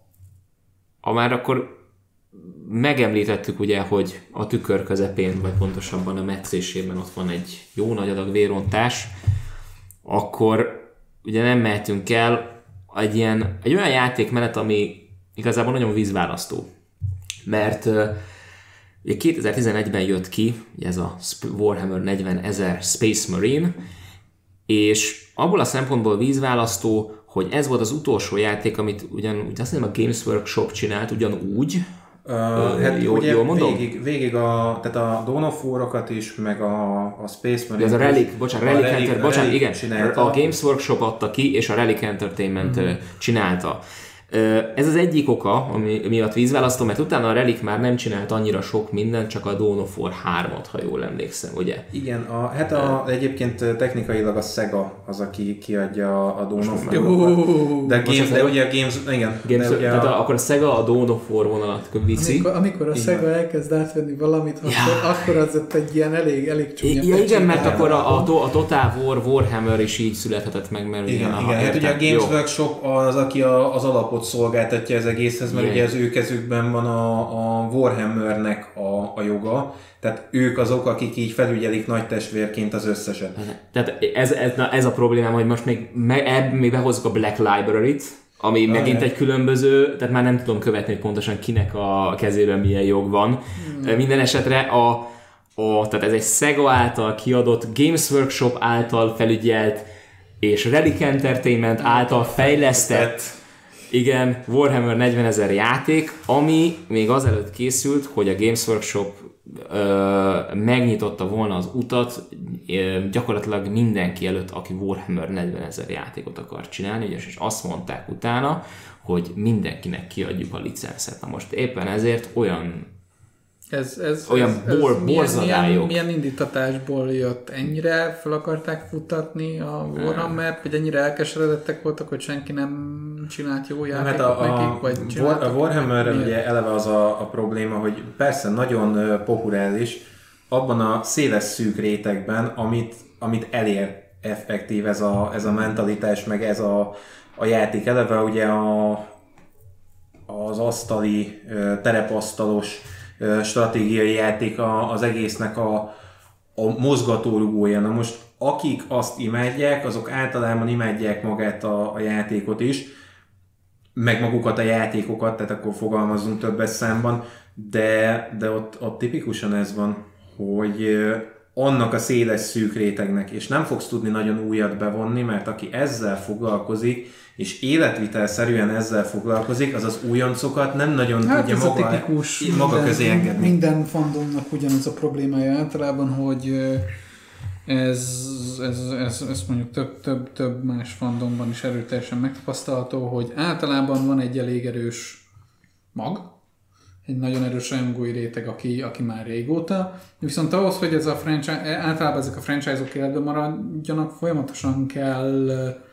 a már akkor megemlítettük ugye, hogy a tükör közepén, vagy pontosabban a metszésében ott van egy jó nagy adag vérontás, akkor ugye nem mehetünk el egy, ilyen, egy olyan játékmenet, ami igazából nagyon vízválasztó. Mert uh, ugye kétezer-tizenegyben jött ki ugye ez a Warhammer negyvenezer Space Marine, és abból a szempontból vízválasztó, hogy ez volt az utolsó játék, amit ugyan, azt hiszem a Games Workshop csinált ugyanúgy. Uh, hát jól, ugye jól mondom? Végig, végig a, tehát a Dawn of War-okat is, meg a, a Space Marine. Ez a Relic, bocsánat, Relic, Relic, Enter, bocsánat, igen, csinálta. a Games Workshop adta ki, és a Relic Entertainment mm-hmm. csinálta. Ez az egyik oka, ami miatt vízválasztom, mert utána a Relic már nem csinált annyira sok mindent, csak a Dawn of War hármat, ha jól emlékszem, ugye? Igen, a, hát a, egyébként technikailag a Sega az, aki kiadja a Dawn of War. De, Games, de ugye a Games, igen. Games, de ugye tehát a, akkor a Sega a Dawn of War vonalat viszi. Amikor, amikor a igen. Sega elkezd átvenni valamit, ja. akkor, akkor az ott egy ilyen elég, elég csúnya. Ja, igen, mert akkor a, a, a Total War, Warhammer is így születhetett meg, mert igen, igen, igen. Hát ugye a Games Jó. Workshop az, aki a, az alapot szolgáltatja az egészhez, mert yeah. ugye az ő kezükben van a, a Warhammernek a, a joga, tehát ők azok, akik így felügyelik nagy testvérként az összeset. Tehát ez, ez, na ez a problémám, hogy most még, me, még behozzuk a Black Library-t, ami ah, megint egy különböző, tehát már nem tudom követni, hogy pontosan kinek a kezében milyen jog van. Hmm. Minden esetre a, a, tehát ez egy Sega által kiadott, Games Workshop által felügyelt és Relic Entertainment által fejlesztett igen, Warhammer negyvenezer játék, ami még azelőtt készült, hogy a Games Workshop ö, megnyitotta volna az utat ö, gyakorlatilag mindenki előtt, aki Warhammer negyvenezer játékot akar csinálni, és azt mondták utána, hogy mindenkinek kiadjuk a licenszet. Na most éppen ezért olyan Ez, ez, olyan ez, bor, ez borzadályok. Milyen, milyen indítatásból jött? Ennyire fel akarták futtatni a Warhammer-t, vagy ennyire elkeseredettek voltak, hogy senki nem csinált jó játékot hát a, nekik? Vagy a, a Warhammer ugye eleve az a, a probléma, hogy persze nagyon populáris abban a széles szűk rétegben, amit, amit elér effektív ez a, ez a mentalitás, meg ez a, a játék. Eleve ugye a, az asztali, terepasztalos stratégiai játék az egésznek a, a mozgatórugója. Na most akik azt imádják, azok általában imádják magát a, a játékot is, meg magukat a játékokat, tehát akkor fogalmazzunk többes számban, de, de ott, ott tipikusan ez van, hogy annak a széles szűk rétegnek, és nem fogsz tudni nagyon újat bevonni, mert aki ezzel foglalkozik, és életvitelszerűen ezzel foglalkozik, az az újoncokat nem nagyon hát tudja maga, tipikus, maga minden, közé engedni. Minden fandomnak ugyanaz a problémája általában, hogy ez, ez, ez, ez mondjuk több, több, több más fandomban is erőteljesen megtapasztalható, hogy általában van egy elég erős mag, egy nagyon erős rajongói réteg, aki, aki már régóta, viszont ahhoz, hogy ez a franchise, általában ezek a franchise-ok életben maradjanak, folyamatosan kell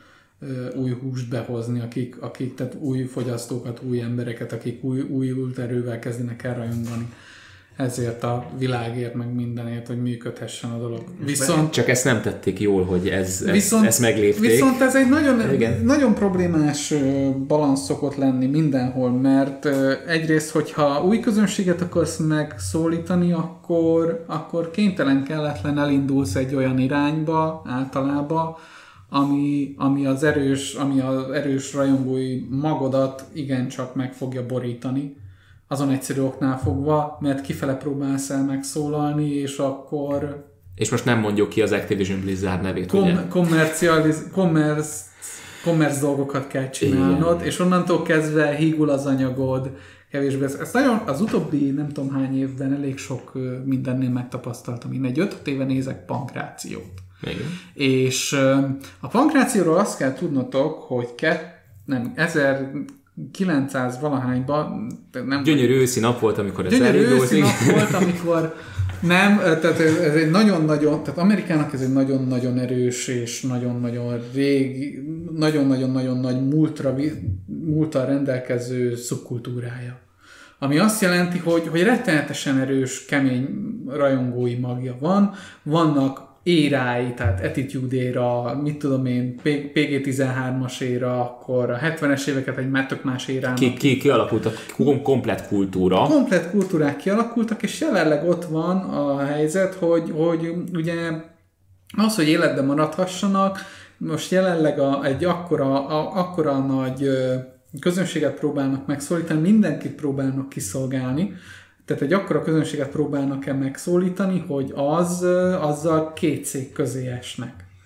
új húst behozni, akik, akik, tehát új fogyasztókat, új embereket, akik új, új erővel kezdenek el rajongani. Ezért a világért, meg mindenért, hogy működhessen a dolog. Viszont, csak ezt nem tették jól, hogy ez, viszont, ezt meglépték. Viszont ez egy nagyon, nagyon problémás balansz szokott lenni mindenhol, mert egyrészt, hogyha új közönséget akarsz megszólítani, akkor, akkor kénytelen kelletlen elindulsz egy olyan irányba általában, ami, ami az erős, ami az erős rajongói magodat igencsak meg fogja borítani. Azon egyszerű oknál fogva, mert kifele próbálsz el megszólalni, és akkor... És most nem mondjuk ki az Activision Blizzard nevét, kom- ugye? Kommercializ- commerce, commerce dolgokat kell csinálnod, igen. És onnantól kezdve hígul az anyagod, kevésbé. Ezt nagyon az utóbbi nem tudom hány évben elég sok mindennél megtapasztaltam. Én egy öt éve nézek Pankrációt. Igen. És a Pankrációról azt kell tudnotok, hogy ke- nem, ezer kilencszáz valahányban... Nem, gyönyörű őszi nap volt, amikor ez elindult. Gyönyörű őszi nap volt, amikor nem, tehát ez egy nagyon-nagyon, tehát Amerikának ez egy nagyon-nagyon erős és nagyon-nagyon régi, nagyon-nagyon-nagyon nagy múltra, múlttal rendelkező szubkultúrája. Ami azt jelenti, hogy, hogy rettenetesen erős, kemény rajongói magja van, vannak érái, tehát Attitude éra, mit tudom én, pé gé tizenhármas éra, akkor a hetvenes éveket egy már tök más érának. Ki, ki, kialakult a komplett kultúra. Komplett kultúrák kialakultak, és jelenleg ott van a helyzet, hogy, hogy ugye az, hogy életben maradhassanak, most jelenleg a, egy akkora, a, akkora nagy közönséget próbálnak megszólítani, mindenkit próbálnak kiszolgálni, tehát egy akkora közönséget próbálnak-e megszólítani, hogy az, azzal két cég közé esnek.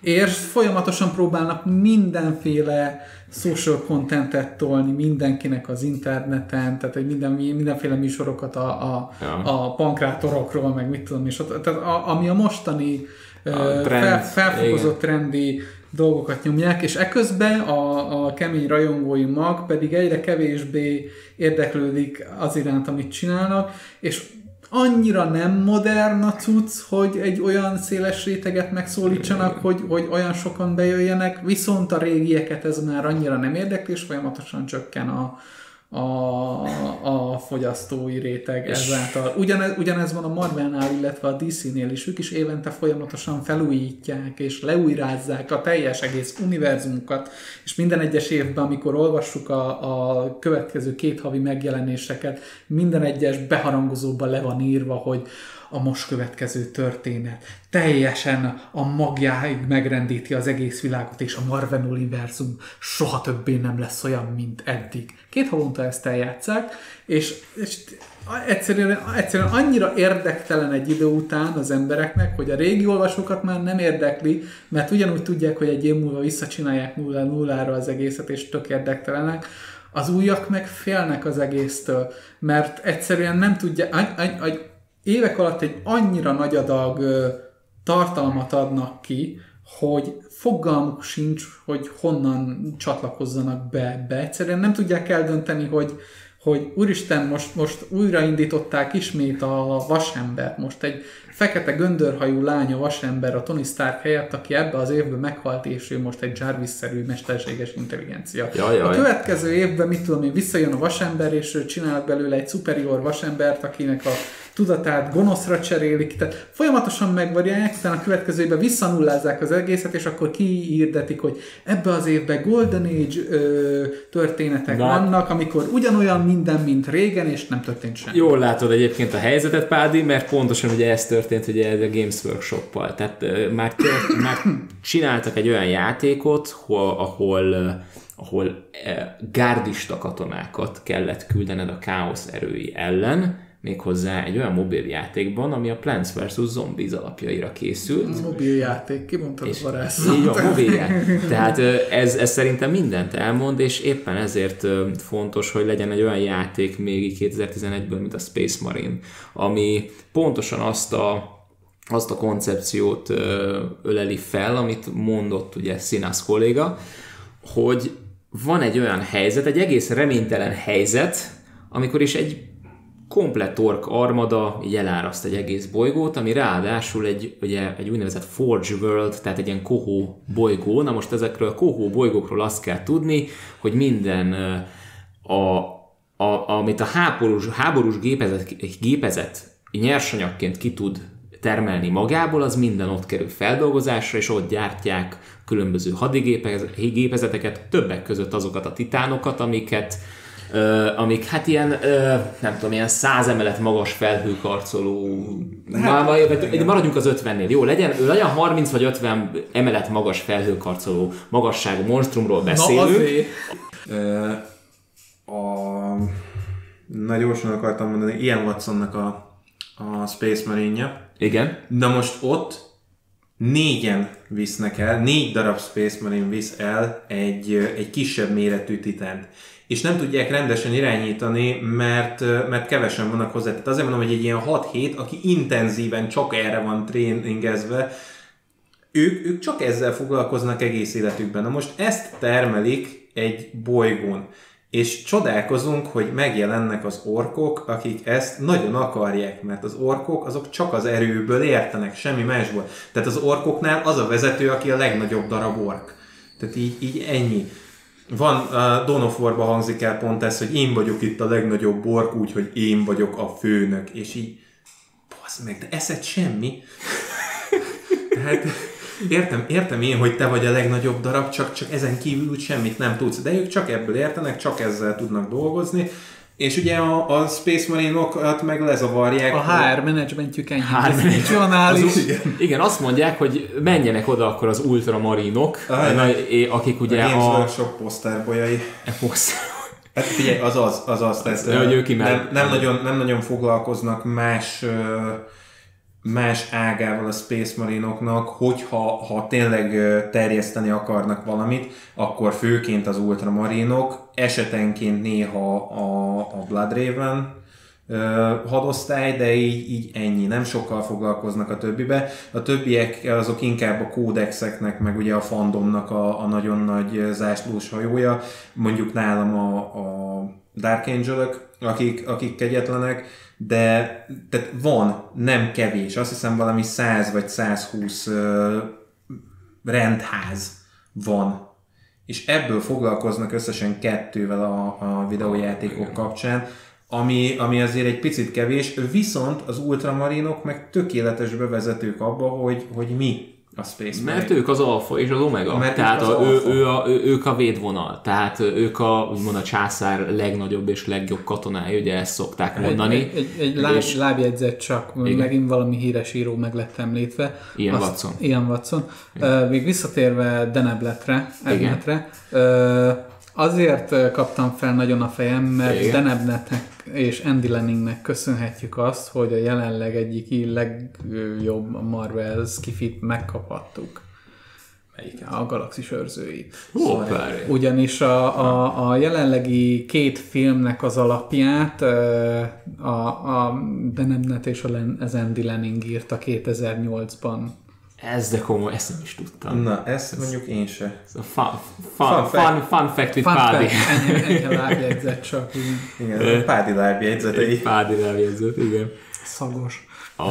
és folyamatosan próbálnak mindenféle social contentet tolni mindenkinek az interneten, tehát hogy minden, mindenféle műsorokat a, a, ja. a pankrátorokról, meg mit tudom is, tehát a, ami a mostani a fel, felfokozott trendi dolgokat nyomják, és eközben a, a kemény rajongói mag pedig egyre kevésbé érdeklődik az iránt, amit csinálnak, és annyira nem modern a cucc, hogy egy olyan széles réteget megszólítsanak, hogy, hogy olyan sokan bejöjjenek, viszont a régieket ez már annyira nem érdekli, és folyamatosan csökken a, a, a fogyasztói réteg ezáltal. Ugyanez, ugyanez van a Marvelnál, illetve a dé cé-nél is, ők is évente folyamatosan felújítják és leújrázzák a teljes egész univerzumukat, és minden egyes évben, amikor olvassuk a, a következő két havi megjelenéseket, minden egyes beharangozóban le van írva, hogy a most következő történet teljesen a magjáig megrendíti az egész világot, és a Marvel univerzum soha többé nem lesz olyan, mint eddig. Két havonta ezt eljátszák, és, és egyszerűen, egyszerűen annyira érdektelen egy idő után az embereknek, hogy a régi olvasókat már nem érdekli, mert ugyanúgy tudják, hogy egy év múlva visszacsinálják nulla nullára az egészet, és tök érdektelenek. Az újak meg félnek az egésztől, mert egyszerűen nem tudják, évek alatt egy annyira nagy adag ö, tartalmat adnak ki, hogy fogalmuk sincs, hogy honnan csatlakozzanak be. be. Egyszerűen nem tudják eldönteni, hogy, hogy úristen, most, most újraindították ismét a vasembert. Most egy fekete göndörhajú lánya vasember a Tony Stark helyett, aki ebbe az évben meghalt, és ő most egy Jarvis-szerű mesterséges intelligencia. Jaj, jaj. A következő évben, mit tudom én, visszajön a vasember, és ő csinálnak belőle egy superior vasembert, akinek a tudatát gonoszra cserélik, tehát folyamatosan megvariálják, utána a következő évben visszanullázzák az egészet, és akkor kiírdetik, hogy ebbe az évben Golden Age ö, történetek Na. vannak, amikor ugyanolyan minden, mint régen, és nem történt semmi. Jól látod egyébként a helyzetet, Pádi, mert pontosan ugye ez történt ugye a Games Workshop-pal. Tehát ö, már, tört, már csináltak egy olyan játékot, ahol, ahol, ahol ö, gárdista katonákat kellett küldened a káosz erői ellen, méghozzá egy olyan mobiljátékban, ami a Plants versus. Zombies alapjaira készült. Mobiljáték, ki mondta a varázslatot? Így van, mobiljáték. Tehát ez, ez szerintem mindent elmond, és éppen ezért fontos, hogy legyen egy olyan játék még kétezer-tizenegyből, mint a Space Marine, ami pontosan azt a azt a koncepciót öleli fel, amit mondott ugye Színász kolléga, hogy van egy olyan helyzet, egy egész reménytelen helyzet, amikor is egy komplett ork armada így eláraszt egy egész bolygót, ami ráadásul egy, ugye, egy úgynevezett Forge World, tehát egy ilyen kohó bolygó. Na most ezekről a kohó bolygókról azt kell tudni, hogy minden, a, a, amit a háborús, háborús gépezet, gépezet nyersanyagként ki tud termelni magából, az minden ott kerül feldolgozásra, és ott gyártják különböző hadigépezeteket, többek között azokat a titánokat, amiket Uh, amik hát ilyen, uh, nem tudom, ilyen száz emelet magas felhőkarcoló, hát, már, maradjunk az ötvennél, jó, legyen, legyen harminc vagy ötven emelet magas felhőkarcoló magasságú monstrumról beszélünk. Uh, a... Na gyorsan akartam mondani, Ian Watsonnak a, a Space Marine-ja. Igen. Na most ott négyen visznek el, négy darab Space Marine visz el egy, egy kisebb méretű titánt. És nem tudják rendesen irányítani, mert, mert kevesen vannak hozzá. Tehát azért mondom, hogy egy ilyen hat hét, aki intenzíven csak erre van tréningezve, ők, ők csak ezzel foglalkoznak egész életükben. Na most ezt termelik egy bolygón. És csodálkozunk, hogy megjelennek az orkok, akik ezt nagyon akarják, mert az orkok azok csak az erőből értenek, semmi másból. Tehát az orkoknál az a vezető, aki a legnagyobb darab ork. Tehát így, így ennyi. Van, a Dawn of War-ba hangzik el pont ez, hogy én vagyok itt a legnagyobb ork, úgyhogy én vagyok a főnök. És így, bassz meg, de eszed semmi. Tehát értem, értem én, hogy te vagy a legnagyobb darab, csak, csak ezen kívül úgy semmit nem tudsz. De ők csak ebből értenek, csak ezzel tudnak dolgozni. És ugye a, a Space Marine-okat meg lezavarják. A há er menedzsmentjük ennyi. Az, igen. igen, azt mondják, hogy menjenek oda akkor az ultramarinok, akik ugye a... A Games Workshop poszterbolyai. E poszter... Hát figyelj, az az, az az. Tehát, hogy ők nem, nem, nagyon, nem nagyon foglalkoznak más más ágával a Space Marinoknak, hogyha ha tényleg terjeszteni akarnak valamit, akkor főként az ultramarinok, esetenként néha a, a Bloodraven hadosztály, de így, így ennyi, nem sokkal foglalkoznak a többibe. A többiek azok inkább a kódexeknek, meg ugye a fandomnak a, a nagyon nagy zászlós hajója, mondjuk nálam a, a Dark Angel-ök, akik, akik kegyetlenek, de tehát van, nem kevés, azt hiszem valami száz vagy százhúsz uh, rendház van, és ebből foglalkoznak összesen kettővel a, a videójátékok kapcsán, ami, ami azért egy picit kevés, viszont az ultramarinok meg tökéletes bevezetők abba, hogy, hogy mi a Space Marine. Mert ők az alfa és az omega. Mert tehát az a, ő, alfa. ő a, ő, ők a védvonal. Tehát ők a, úgymond a császár legnagyobb és legjobb katonái, ugye ezt szokták mondani. Egy, egy, egy láb, és... lábjegyzet csak, igen. Megint valami híres író meg lett említve. Ian Azt, Watson. Ian Watson. Uh, még visszatérve Dan Abnettre, Abnettre uh, azért kaptam fel nagyon a fejem, mert igen. Dan Abnettnek és Andy Lanningnek köszönhetjük azt, hogy a jelenleg egyik legjobb Marvel skifit megkaphattuk. Melyiket? A Galaxis őrzőit. Oh, Ugyanis a, a, a jelenlegi két filmnek az alapját a, a Dan Abnett és az Andy Lanning írta kétezer-nyolcban. Ez de komoly, ezt nem is tudtam. Na, ezt mondjuk én se. Fun, fun, fun, fun, fun fact with Pádi. Ennyi lábjegyzet csak. Igen, igen Pádi lábjegyzetei. Pádi lábjegyzet, igen. Szagos. A...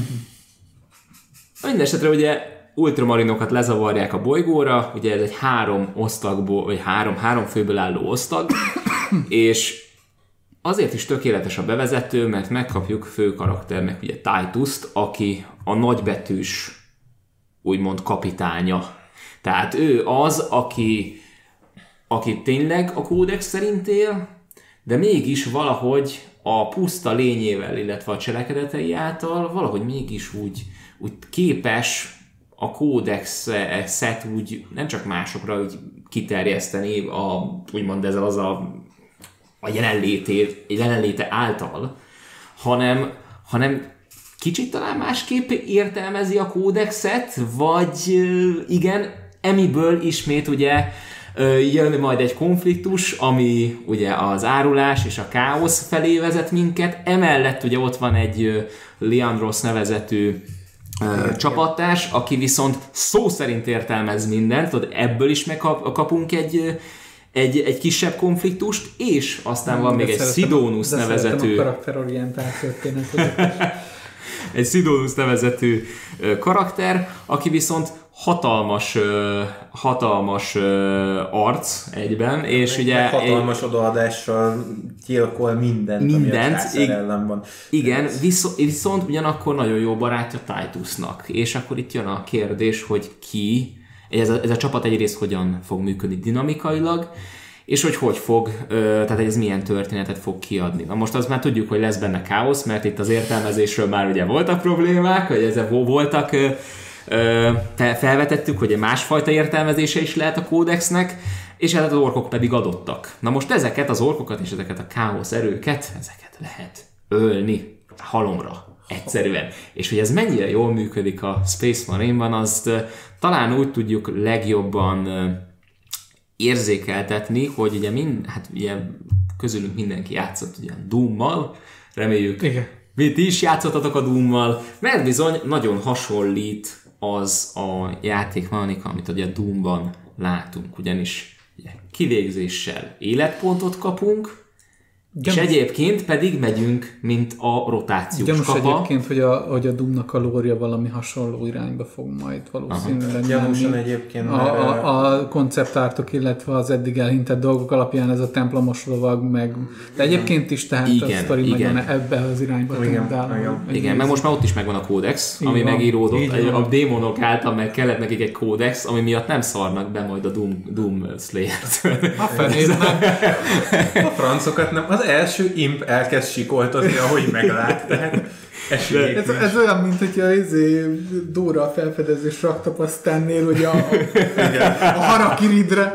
Mindenesetre ugye ultramarinokat lezavarják a bolygóra, ugye ez egy három osztagból, vagy három, három főből álló osztag, és azért is tökéletes a bevezető, mert megkapjuk fő karakternek ugye Tituszt, aki a nagybetűs úgymond kapitánya. Tehát ő az, aki, aki tényleg a kódex szerint él, de mégis valahogy a puszta lényével, illetve a cselekedetei által valahogy mégis úgy, úgy képes a kódexet úgy nem csak másokra úgy kiterjeszteni, a, úgymond ezzel az a, a jelenléte által, hanem, hanem kicsit talán másképp értelmezi a kódexet, vagy igen, emiből ismét ugye jön majd egy konfliktus, ami ugye az árulás és a káosz felé vezet minket. Emellett ugye ott van egy Leandros nevezetű uh, csapattárs, aki viszont szó szerint értelmez mindent, tudod, ebből is megkapunk egy, egy, egy kisebb konfliktust, és aztán nem, van még egy Sidonus nevezetű... a karakterorientált történetet. egy Sidonus nevezetű karakter, aki viszont hatalmas, hatalmas arc egyben, és egy ugye... hatalmas egy, odaadással gyilkol mindent, mindent, ami a császár ellen van. Igen, viszont, viszont ugyanakkor nagyon jó barátja Titusnak, és akkor itt jön a kérdés, hogy ki, ez a, ez a csapat egyrészt hogyan fog működni dinamikailag, és hogy hogy fog, tehát ez milyen történetet fog kiadni. Na most azt már tudjuk, hogy lesz benne káosz, mert itt az értelmezésről már ugye voltak problémák, hogy ezek voltak, felvetettük, hogy egy másfajta értelmezése is lehet a kódexnek, és hát az orkok pedig adottak. Na most ezeket az orkokat és ezeket a káosz erőket, ezeket lehet ölni halomra. Egyszerűen. És hogy ez mennyire jól működik a Space Marine-ban, azt talán úgy tudjuk legjobban érzékeltetni, hogy ugye, mind, hát ugye közülünk mindenki játszott ugye Doom-mal, reméljük, igen. Ti is játszottatok a Doom-mal, mert bizony nagyon hasonlít az a játékmechanika, amit ugye a Doom-ban látunk, ugyanis ugye, kivégzéssel életpontot kapunk, gyanús. És egyébként pedig megyünk, mint a rotációs gyanús kapa. Gyanús egyébként, hogy a, hogy a Doom-nak a lória valami hasonló irányba fog majd valószínűleg gyanúsan egyébként. A, a, a konceptártok, illetve az eddig elhintett dolgok alapján ez a templomos lovag, meg de egyébként is, tehát igen, a sztori nagyon ebbe az irányba tendál. Igen, igen, meg most már ott is megvan a kódex, igen, ami megíródott. A démonok által meg kellett nekik egy kódex, ami miatt nem szarnak be majd a Doom, Doom Slayer-t. A fenéznek. A francokat nem. Az első imp elkezd sikoltozni, ahogy meglát, tehát ez, ez olyan, mint hogyha izé, Dóra a felfedezés raktapasztánnél, hogy a, a, a Harakiridre.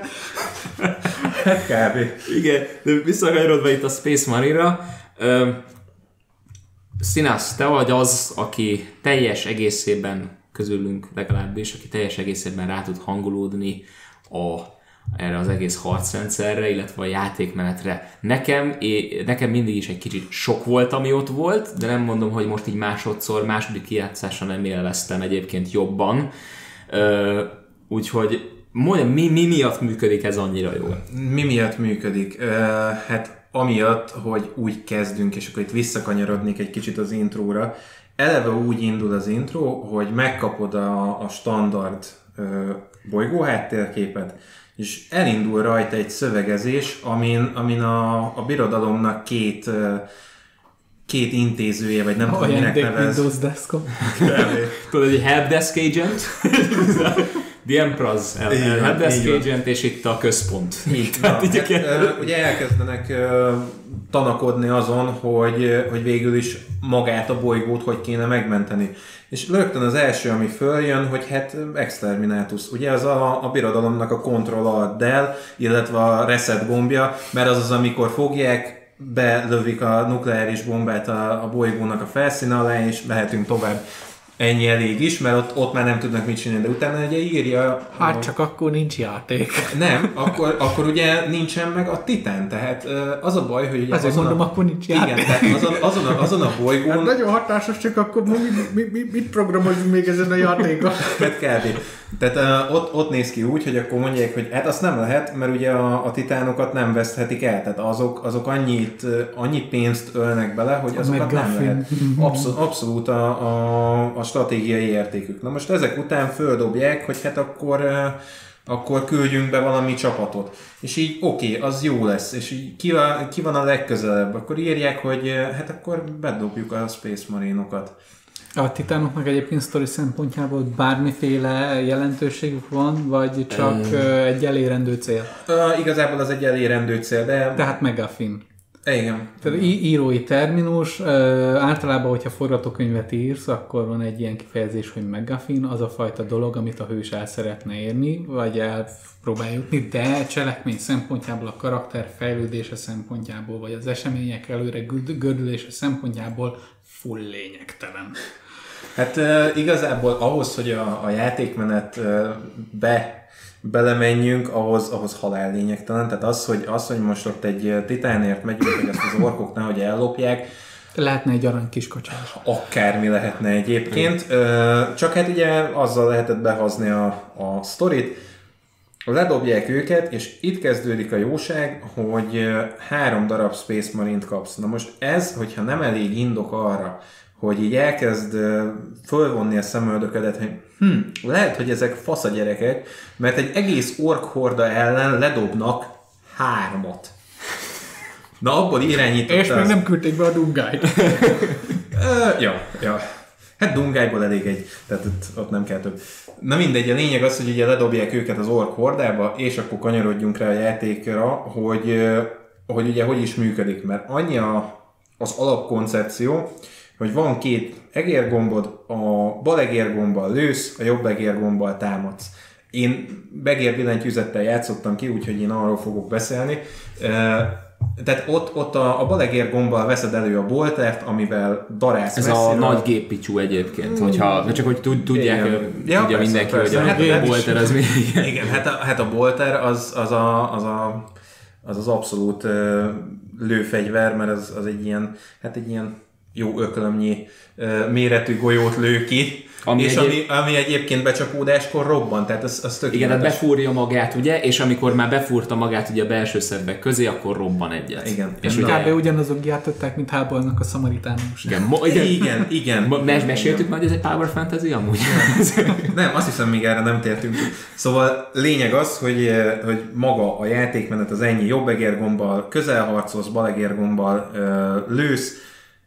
Hát kb. Igen, de visszakanyarodva itt a Space Marine-ra, Színász, te vagy az, aki teljes egészében közülünk legalábbis, aki teljes egészében rá tud hangolódni a, erre az egész harcrendszerre, illetve a játékmenetre. Nekem, é, nekem mindig is egy kicsit sok volt, ami ott volt, de nem mondom, hogy most így másodszor, második kijátszásra nem élveztem egyébként jobban. Ö, úgyhogy mondjam, mi, mi miatt működik ez annyira jól? Mi miatt működik? Uh, hát amiatt, hogy úgy kezdünk, és akkor itt visszakanyarodnék egy kicsit az intróra. Eleve úgy indul az intro, hogy megkapod a, a standard uh, bolygó háttérképet, és elindul rajta egy szövegezés, amin, amin a, a birodalomnak két, uh, két intézője, vagy nem tudom, minek nevez. Windows Desktop. Tudod, egy helpdesk agent? The Emperor's helpdesk agent, és itt a központ. Így, na, hát, hát, ugye elkezdenek uh, tanakodni azon, hogy, hogy végül is magát a bolygót hogy kéne megmenteni. És rögtön az első, ami följön, hogy hát Exterminatus. Ugye az a, a birodalomnak a Control-Alt-del, illetve a Reset gombja, mert az az, amikor fogják, belövik a nukleáris bombát a, a bolygónak a felszíne alá, és mehetünk tovább. Ennyi elég is, mert ott, ott már nem tudnak mit csinálni, de utána ugye írja... Hát a... csak akkor nincs játék. Nem, akkor, akkor ugye nincsen meg a Titán, tehát az a baj, hogy ugye azért azon mondom, a... akkor nincs játék. Igen, tehát azon, azon, a, azon a bolygón... Hát nagyon hatásos, csak akkor mi, mi, mi, mit programozunk még ezen a játékon? Hát kb. Tehát uh, ott, ott néz ki úgy, hogy akkor mondják, hogy hát azt nem lehet, mert ugye a, a titánokat nem veszthetik el, tehát azok, azok annyit, annyi pénzt ölnek bele, hogy azokat nem lehet. Abszolút, abszolút a, a, a stratégiai értékük. Na most ezek után földobják, hogy hát akkor, uh, akkor küldjünk be valami csapatot. És így oké, okay, az jó lesz, és így ki, a, ki van a legközelebb, akkor írják, hogy uh, hát akkor bedobjuk a Space Marine-okat. A titánoknak egyébként sztori szempontjából bármiféle jelentőségük van, vagy csak um, egy elérendő cél? Uh, igazából az egy elérendő cél, de... Tehát McGuffin. Igen. Tehát írói terminus, uh, általában, hogyha forgatókönyvet írsz, akkor van egy ilyen kifejezés, hogy McGuffin, az a fajta dolog, amit a hős el szeretne érni, vagy el próbál jutni, de cselekmény szempontjából, a karakter fejlődése szempontjából, vagy az események előre gördülése szempontjából full lényegtelen. Hát uh, igazából ahhoz, hogy a, a játékmenet uh, be, belemenjünk, ahhoz, ahhoz halál lényegtelen. Tehát az hogy, az, hogy most ott egy titánért megyünk, hogy ezt az orkok nehogy ellopják. Lehetne egy arany kiskacsás. Akármi lehetne egyébként. Uh, csak hát ugye azzal lehetett behozni a, a sztorit. Ledobják őket, és itt kezdődik a jóság, hogy három darab Space Marine-t kapsz. Na most ez, hogyha nem elég indok arra, hogy így elkezd fölvonni a szemöldöködet, hogy hm, lehet, hogy ezek fasza gyerekek, mert egy egész ork horda ellen ledobnak hármat. Na abból irányított. És még az... nem küldték be a Dungályt. ja, ja. Hát Dungályból elég egy, tehát ott, ott nem kell több. Na mindegy, a lényeg az, hogy ugye ledobják őket az ork hordába, és akkor kanyarodjunk rá a játékra, hogy, hogy ugye hogy is működik, mert annyi a, az alapkoncepció, hogy van két egérgombod, a bal egérgombbal lősz, a jobb egérgombbal támadsz. Én begérbillentyűzettel játszottam ki, úgyhogy én arról fogok beszélni. Tehát ott, ott a, a bal egérgombbal veszed elő a boltert, amivel darálsz Ez messziről. A nagy géppicsú egyébként, hogyha, csak hogy tudják, ja, tudja persze, mindenki, persze. hogy a, hát, a bolter az mi. Igen, hát a, hát a bolter az az, a, az, a, az, az abszolút uh, lőfegyver, mert az, az egy ilyen, hát egy ilyen jó ökölömnyi uh, méretű golyót lő ki, ami és egyéb... ami, ami egyébként becsapódáskor robban, tehát az, az tökéletes. Igen, tehát befúrja magát, ugye, és amikor már befúrta magát ugye a belső szervek közé, akkor robban egyet. Igen. És ugye kb. Ugyanazok gyártották, mint Háborúnak a Szamaritánus. Igen, mo- igen, igen. igen, Ma, igen meséltük majd, hogy ez egy Power Fantasy amúgy? Nem, azt hiszem, még erre nem tértünk. Szóval lényeg az, hogy, hogy maga a játékmenet az ennyi, jobb egérgombbal közelharcolsz, bal egérgombbal lősz,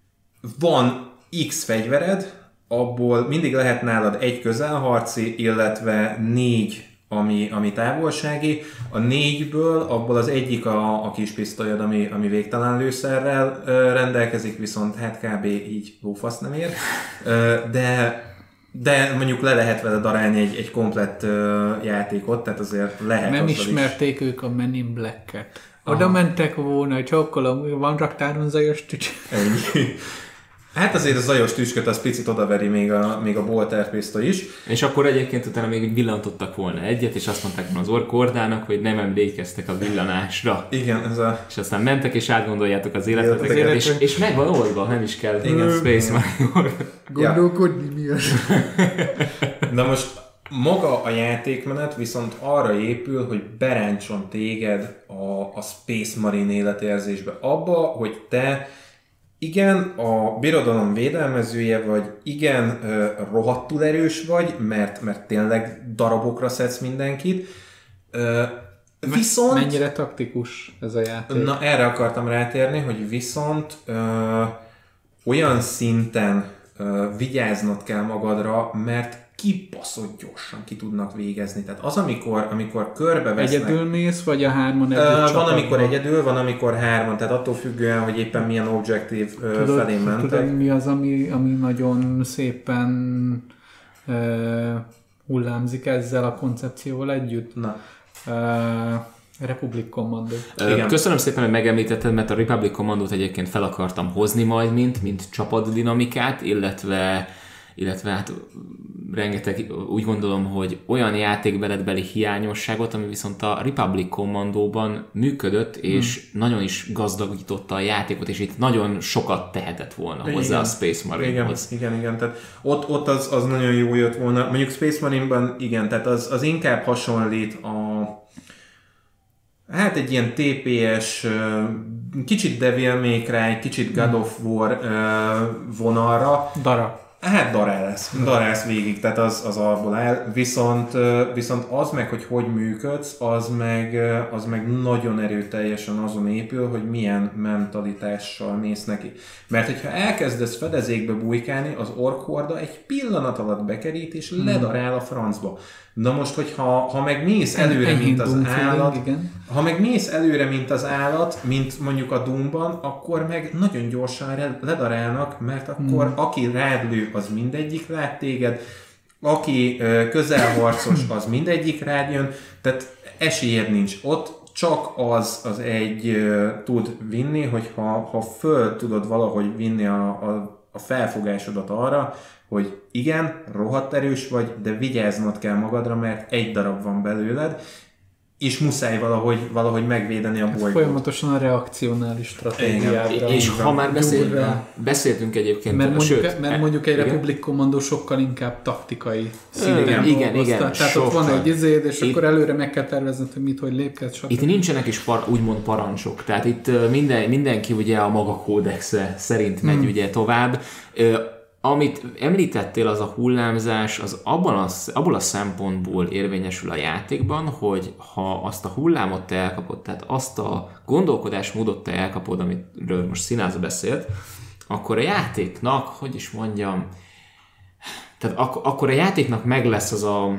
van X fegyvered, abból mindig lehet nálad egy közelharci, illetve négy, ami, ami távolsági. A négyből abból az egyik a, a kis pisztolyod, ami, ami végtelen lőszerrel ö, rendelkezik, viszont hát kb. Így lófasz nem ér. Ö, de, de mondjuk le lehet vele darálni egy, egy komplett ö, játékot, tehát azért lehet. Nem ismerték is. Ők a Men in Black-et. Oda Aha. mentek volna, hogy csokkolom, van raktáron zajos tücs. Ennyi. Hát azért a zajos tüsköt az picit odaveri még a, még a Bolt er pé-sztől is. És akkor egyébként utána még villantottak volna egyet, és azt mondták volna az orkordának, hogy nem emlékeztek a villanásra. Igen, ez a... És aztán mentek, és átgondoljátok az életeteket, és, és megvan oldva, nem is kell. Igen, Space Marine. Gondolkodni mi az? Na most maga a játékmenet viszont arra épül, hogy beráncson téged a, a Space Marine életérzésbe. Abba, hogy te igen, a birodalom védelmezője vagy, igen, rohadtul erős vagy, mert, mert tényleg darabokra szedsz mindenkit. Viszont... Mennyire taktikus ez a játék? Na, erre akartam rátérni, hogy viszont ö, olyan szinten ö, vigyáznod kell magadra, mert kibaszott gyorsan ki tudnak végezni. Tehát az, amikor, amikor körbevesznek... Egyedül mész, vagy a hárman együtt uh, csapatban? Van, amikor egyedül, van, amikor hárman, tehát attól függően, hogy éppen milyen objektív uh, tudod, felé mentek. Tudod, mi az, ami, ami nagyon szépen uh, hullámzik ezzel a koncepcióval együtt? Na. Uh, Republic Commando. Igen. Köszönöm szépen, hogy megemlítetted, mert a Republic Commandót egyébként fel akartam hozni majd, mint, mint csapatdinamikát, illetve illetve hát rengeteg, úgy gondolom, hogy olyan játékmenetbeli hiányosságot, ami viszont a Republic Commandóban működött, és hmm. nagyon is gazdagította a játékot, és itt nagyon sokat tehetett volna igen. hozzá a Space Marine-hoz. Igen, igen, igen. Tehát ott, ott az, az nagyon jó jött volna. Mondjuk Space Marine-ban igen, tehát az, az inkább hasonlít a hát egy ilyen té pé es, kicsit Devil May Cry, kicsit God of War vonalra. Dara. Hát darálsz, darálsz végig, tehát az, az abból áll, viszont, viszont az meg, hogy hogy működsz, az meg, az meg nagyon erőteljesen azon épül, hogy milyen mentalitással mész neki. Mert hogyha elkezdesz fedezékbe bujkálni, az ork horda egy pillanat alatt bekerít, és hmm. ledarál a francba. Na most, hogyha ha meg mész előre, mint az állat, igen. ha meg mész előre, mint az állat, mint mondjuk a Doomban, akkor meg nagyon gyorsan ledarálnak, mert akkor hmm. aki rád lő, az mindegyik lát téged, aki közelharcos, az mindegyik rád jön, tehát esélyed nincs ott, csak az az egy tud vinni, hogyha ha föl tudod valahogy vinni a, a, a felfogásodat arra, hogy igen, rohadt erős vagy, de vigyáznod kell magadra, mert egy darab van belőled, és muszáj valahogy, valahogy megvédeni a bolygót. Folyamatosan a reakcionális stratégiára. És ha már beszélt, beszéltünk egyébként, mert mondjuk, sőt, mert mondjuk egy Republic Commando sokkal inkább taktikai szinten igen, igen, igen, tehát ott van egy izéd, és itt, akkor előre meg kell tervezned, hogy mit, hogy lépkedsz, stb. Itt nincsenek is par, úgymond parancsok, tehát itt minden, mindenki ugye a maga kódexe szerint megy hmm. ugye tovább. Amit említettél, az a hullámzás, az abban a, abból a szempontból érvényesül a játékban, hogy ha azt a hullámot te elkapod, tehát azt a gondolkodásmódot te elkapod, amiről most Színáza beszélt, akkor a játéknak, hogy is mondjam, tehát ak- akkor a játéknak meg lesz az a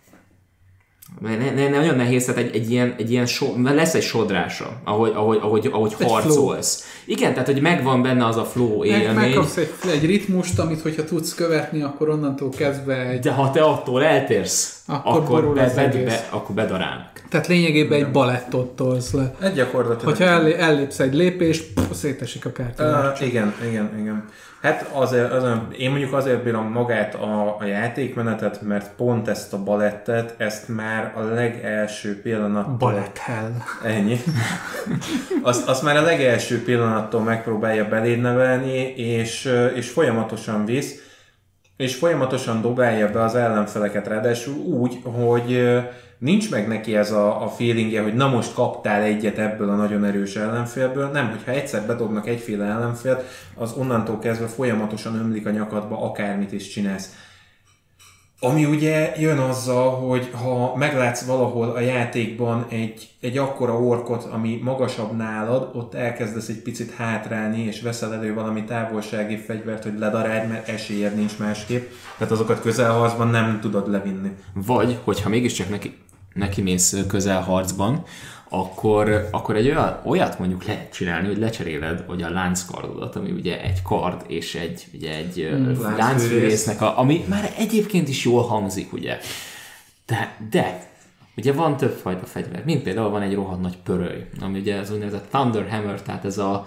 Ne, ne, ne, nagyon nehéz, tehát egy, egy ilyen, egy ilyen so, lesz egy sodrása, ahogy, ahogy, ahogy, ahogy harcolsz. Flow. Igen, tehát hogy megvan benne az a flow élmény. Meg, megkapsz egy, egy ritmust, amit hogyha tudsz követni, akkor onnantól kezdve egy... De ha te attól eltérsz, akkor, akkor, be, be, be, akkor bedarálnak. Tehát lényegében igen. egy balettot tolsz le. Egy gyakorlatilag. Hogyha ellé, ellépsz egy lépést, pff, szétesik a kártya. Uh, igen, igen, igen. Hát azért, azért, én mondjuk azért bírom magát a, a játékmenetet, mert pont ezt a balettet, ezt már a legelső pillanattól... Balett hell. Ennyi. Azt, azt már a legelső pillanattól megpróbálja beléd nevelni, és, és folyamatosan visz, és folyamatosan dobálja be az ellenfeleket, ráadásul úgy, hogy nincs meg neki ez a, a feelingje, hogy na most kaptál egyet ebből a nagyon erős ellenfélből. Nem, hogyha egyszer bedobnak egyféle ellenfélt, az onnantól kezdve folyamatosan ömlik a nyakadba, akármit is csinálsz. Ami ugye jön azzal, hogy ha meglátsz valahol a játékban egy, egy akkora orkot, ami magasabb nálad, ott elkezdesz egy picit hátrálni, és veszel elő valami távolsági fegyvert, hogy ledarálj, mert esélyed nincs másképp. Tehát azokat közelharcban nem tudod levinni. Vagy, hogyha mégiscsak neki, neki mész közelharcban, akkor, akkor egy olyan, olyat mondjuk lehet csinálni, hogy lecseréled hogy a lánckardodat, ami ugye egy kard és egy, ugye egy mm, láncfűrésznek, a, ami már egyébként is jól hangzik, ugye. De, de ugye van többfajta fegyver, mint például van egy rohadt nagy pöröly, ami ugye az úgynevezett Thunder Hammer, tehát ez a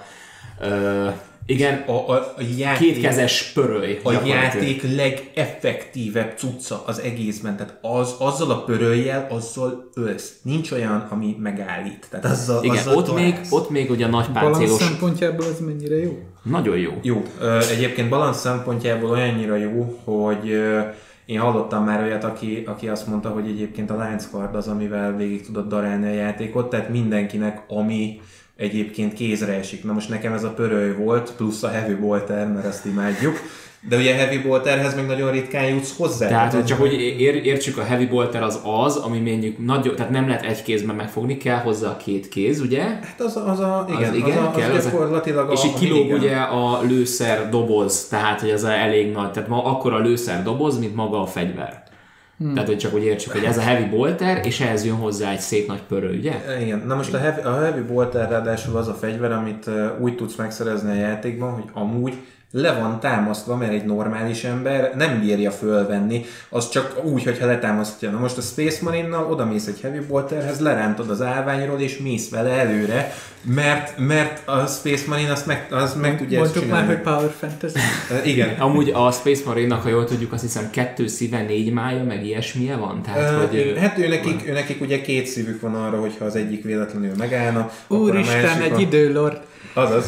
Ö, igen, A, a, a játék, kétkezes pöröly. a játék legeffektívebb cucca az egészben, tehát az, azzal a pöröllyel, azzal ölsz. Nincs olyan, ami megállít. Tehát azzal, igen, azzal ott még, ott még ugye a nagy Balansz páncélos... szempontjából ez mennyire jó? Nagyon jó. Jó. Egyébként balansz szempontjából olyannyira jó, hogy én hallottam már olyat, aki, aki azt mondta, hogy egyébként a lánckard az, amivel végig tudod darálni a játékot, tehát mindenkinek, ami egyébként kézre esik. Na most nekem ez a pöröly volt, plusz a heavy bolter, mert ezt imádjuk. De ugye a heavy bolterhez még nagyon ritkán jutsz hozzá. Tehát, tehát csak hogy ér, értsük, a heavy bolter az az, ami mondjuk nagy, tehát nem lehet egy kézben megfogni, kell hozzá a két kéz, ugye? Hát az, az a, igen, az, igen, az, a, az kell, gyakorlatilag a... És így a kilóg minigun. ugye a lőszer doboz, tehát hogy az elég nagy, tehát ma akkora lőszer doboz, mint maga a fegyver. Hmm. Tehát, hogy csak úgy értsük, hogy ez a heavy bolter, és ehhez jön hozzá egy szép nagy pörő, ugye? Igen, na most a heavy, a heavy bolter ráadásul az a fegyver, amit úgy tudsz megszerezni a játékban, hogy amúgy le van támasztva, mert egy normális ember nem bírja fölvenni, az csak úgy, hogyha letámasztja. Na most a Space Marine-nal oda mész egy heavy bolterhez, lerántod az állványról, és mész vele előre, mert, mert a Space Marine azt meg, az meg tudja ezt Mondtuk csinálni. már, hogy Power Fantasy. Igen. Amúgy a Space Marine-nak, ha jól tudjuk, azt hiszem kettő szíve, négy mája, meg ilyesmije van? Tehát, Uh, hogy, hát ő nekik, ő nekik ugye két szívük van arra, hogyha az egyik véletlenül megállna. Úristen, egy időlord. Azaz.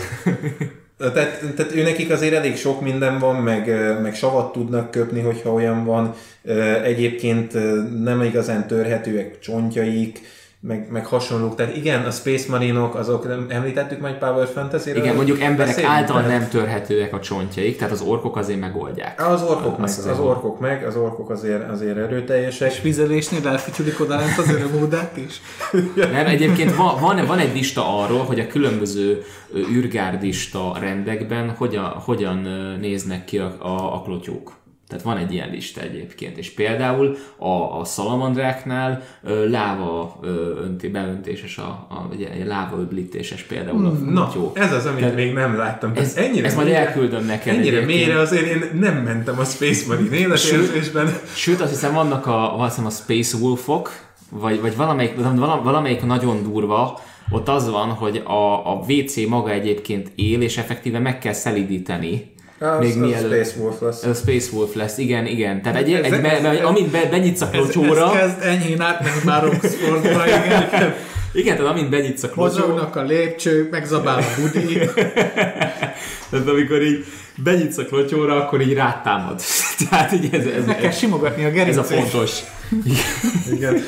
Tehát, tehát ő nekik azért elég sok minden van, meg, meg savat tudnak köpni, hogyha olyan van. Egyébként nem igazán törhetőek csontjaik, meg, meg hasonlók. Tehát igen, a Space Marine-ok, azok, említettük majd Power Fantasy-ről? igen, mondjuk emberek Beszéljünk, által tehát... nem törhetőek a csontjaik, tehát az orkok azért megoldják. Az orkok meg, az, az orkok meg, az orkok azért, azért erőteljesek. És vizelésnél elfütyülik oda lent az örömódát is. Nem, egyébként van, van, van egy lista arról, hogy a különböző űrgárdista rendekben hogyan, hogyan néznek ki a, a, a klotyók. Tehát van egy ilyen lista egyébként, és például a, a szalamandráknál ö, láva ö, önté, beöntéses, a, a, ugye, láva öblítéses például a klotyó. Na, ez az, amit Tehát még nem láttam. Ez, ennyire ez majd mélyre, elküldöm neked. Ennyire egyébként. mélyre azért én nem mentem a Space Marine életérzésben. Sőt, azt hiszem vannak a, azt hiszem a Space Wolfok, vagy, vagy valamelyik, valamelyik nagyon durva, ott az van, hogy a, a vé cé maga egyébként él, és effektíve meg kell szelidíteni. Az, még az mielőtt, Space Wolf lesz. A Space Wolf lesz, igen, igen. Tehát egy, Ez- egy, ez- be, be, ez- amint be, benyitsz a klotyóra... Ez, ez kezd enyhén átmenni már Oxfordra, igen. Igen, tehát amint benyitsz a klotyóra... Mozognak a lépcsők, megzabál a budi. Tehát amikor így benyitsz a klotyóra, akkor így rátámad. Tehát így ez, ez, Meg kell ez, simogatni a ez gerincét. a fontos. Igen.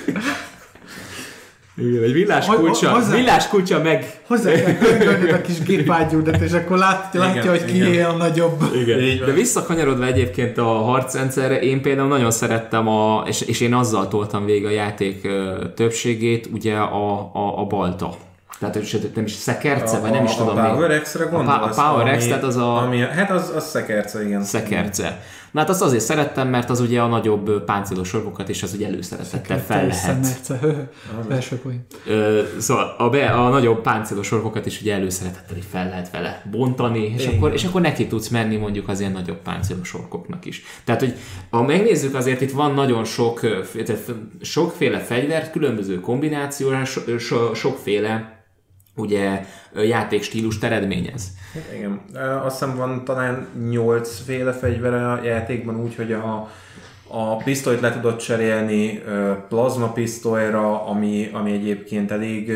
Igen, egy villás kulcsa, Hozzá- villás kulcsa meg... Hozzá kell könyvelned a kis gépágyúdat, és akkor látja, Igen, látja hogy ki igen. él nagyobb. Igen. Így van. De visszakanyarodva egyébként a harcrendszerre, én például nagyon szerettem, a, és, és én azzal toltam végig a játék ö, többségét, ugye a, a, a balta. Tehát hogy nem is szekerce, vagy nem is a, tudom a Power még. X-re A, gondolsz? pa- a Power X, ami- tehát az a Ami, hát az, az szekerce, igen. szekerce. Na hát azt azért szerettem, mert az ugye a nagyobb páncélos sorkokat is az ugye előszeretettel fel lehet. Szemerce, belső poén. Ö, szóval a, be, a nagyobb páncélos sorkokat is ugye előszeretettel így fel lehet vele bontani, és akkor, és akkor neki tudsz menni mondjuk az ilyen nagyobb páncélos sorkoknak is. Tehát, hogy ha megnézzük, azért itt van nagyon sok, tehát sokféle fegyvert, különböző kombinációra, so, so, sokféle ugye játékstílust eredményez. Hát igen. Azt hiszem van talán nyolc féle fegyver a játékban, úgyhogy a, a pisztolyt le tudod cserélni plazma pisztolyra, ami, ami egyébként elég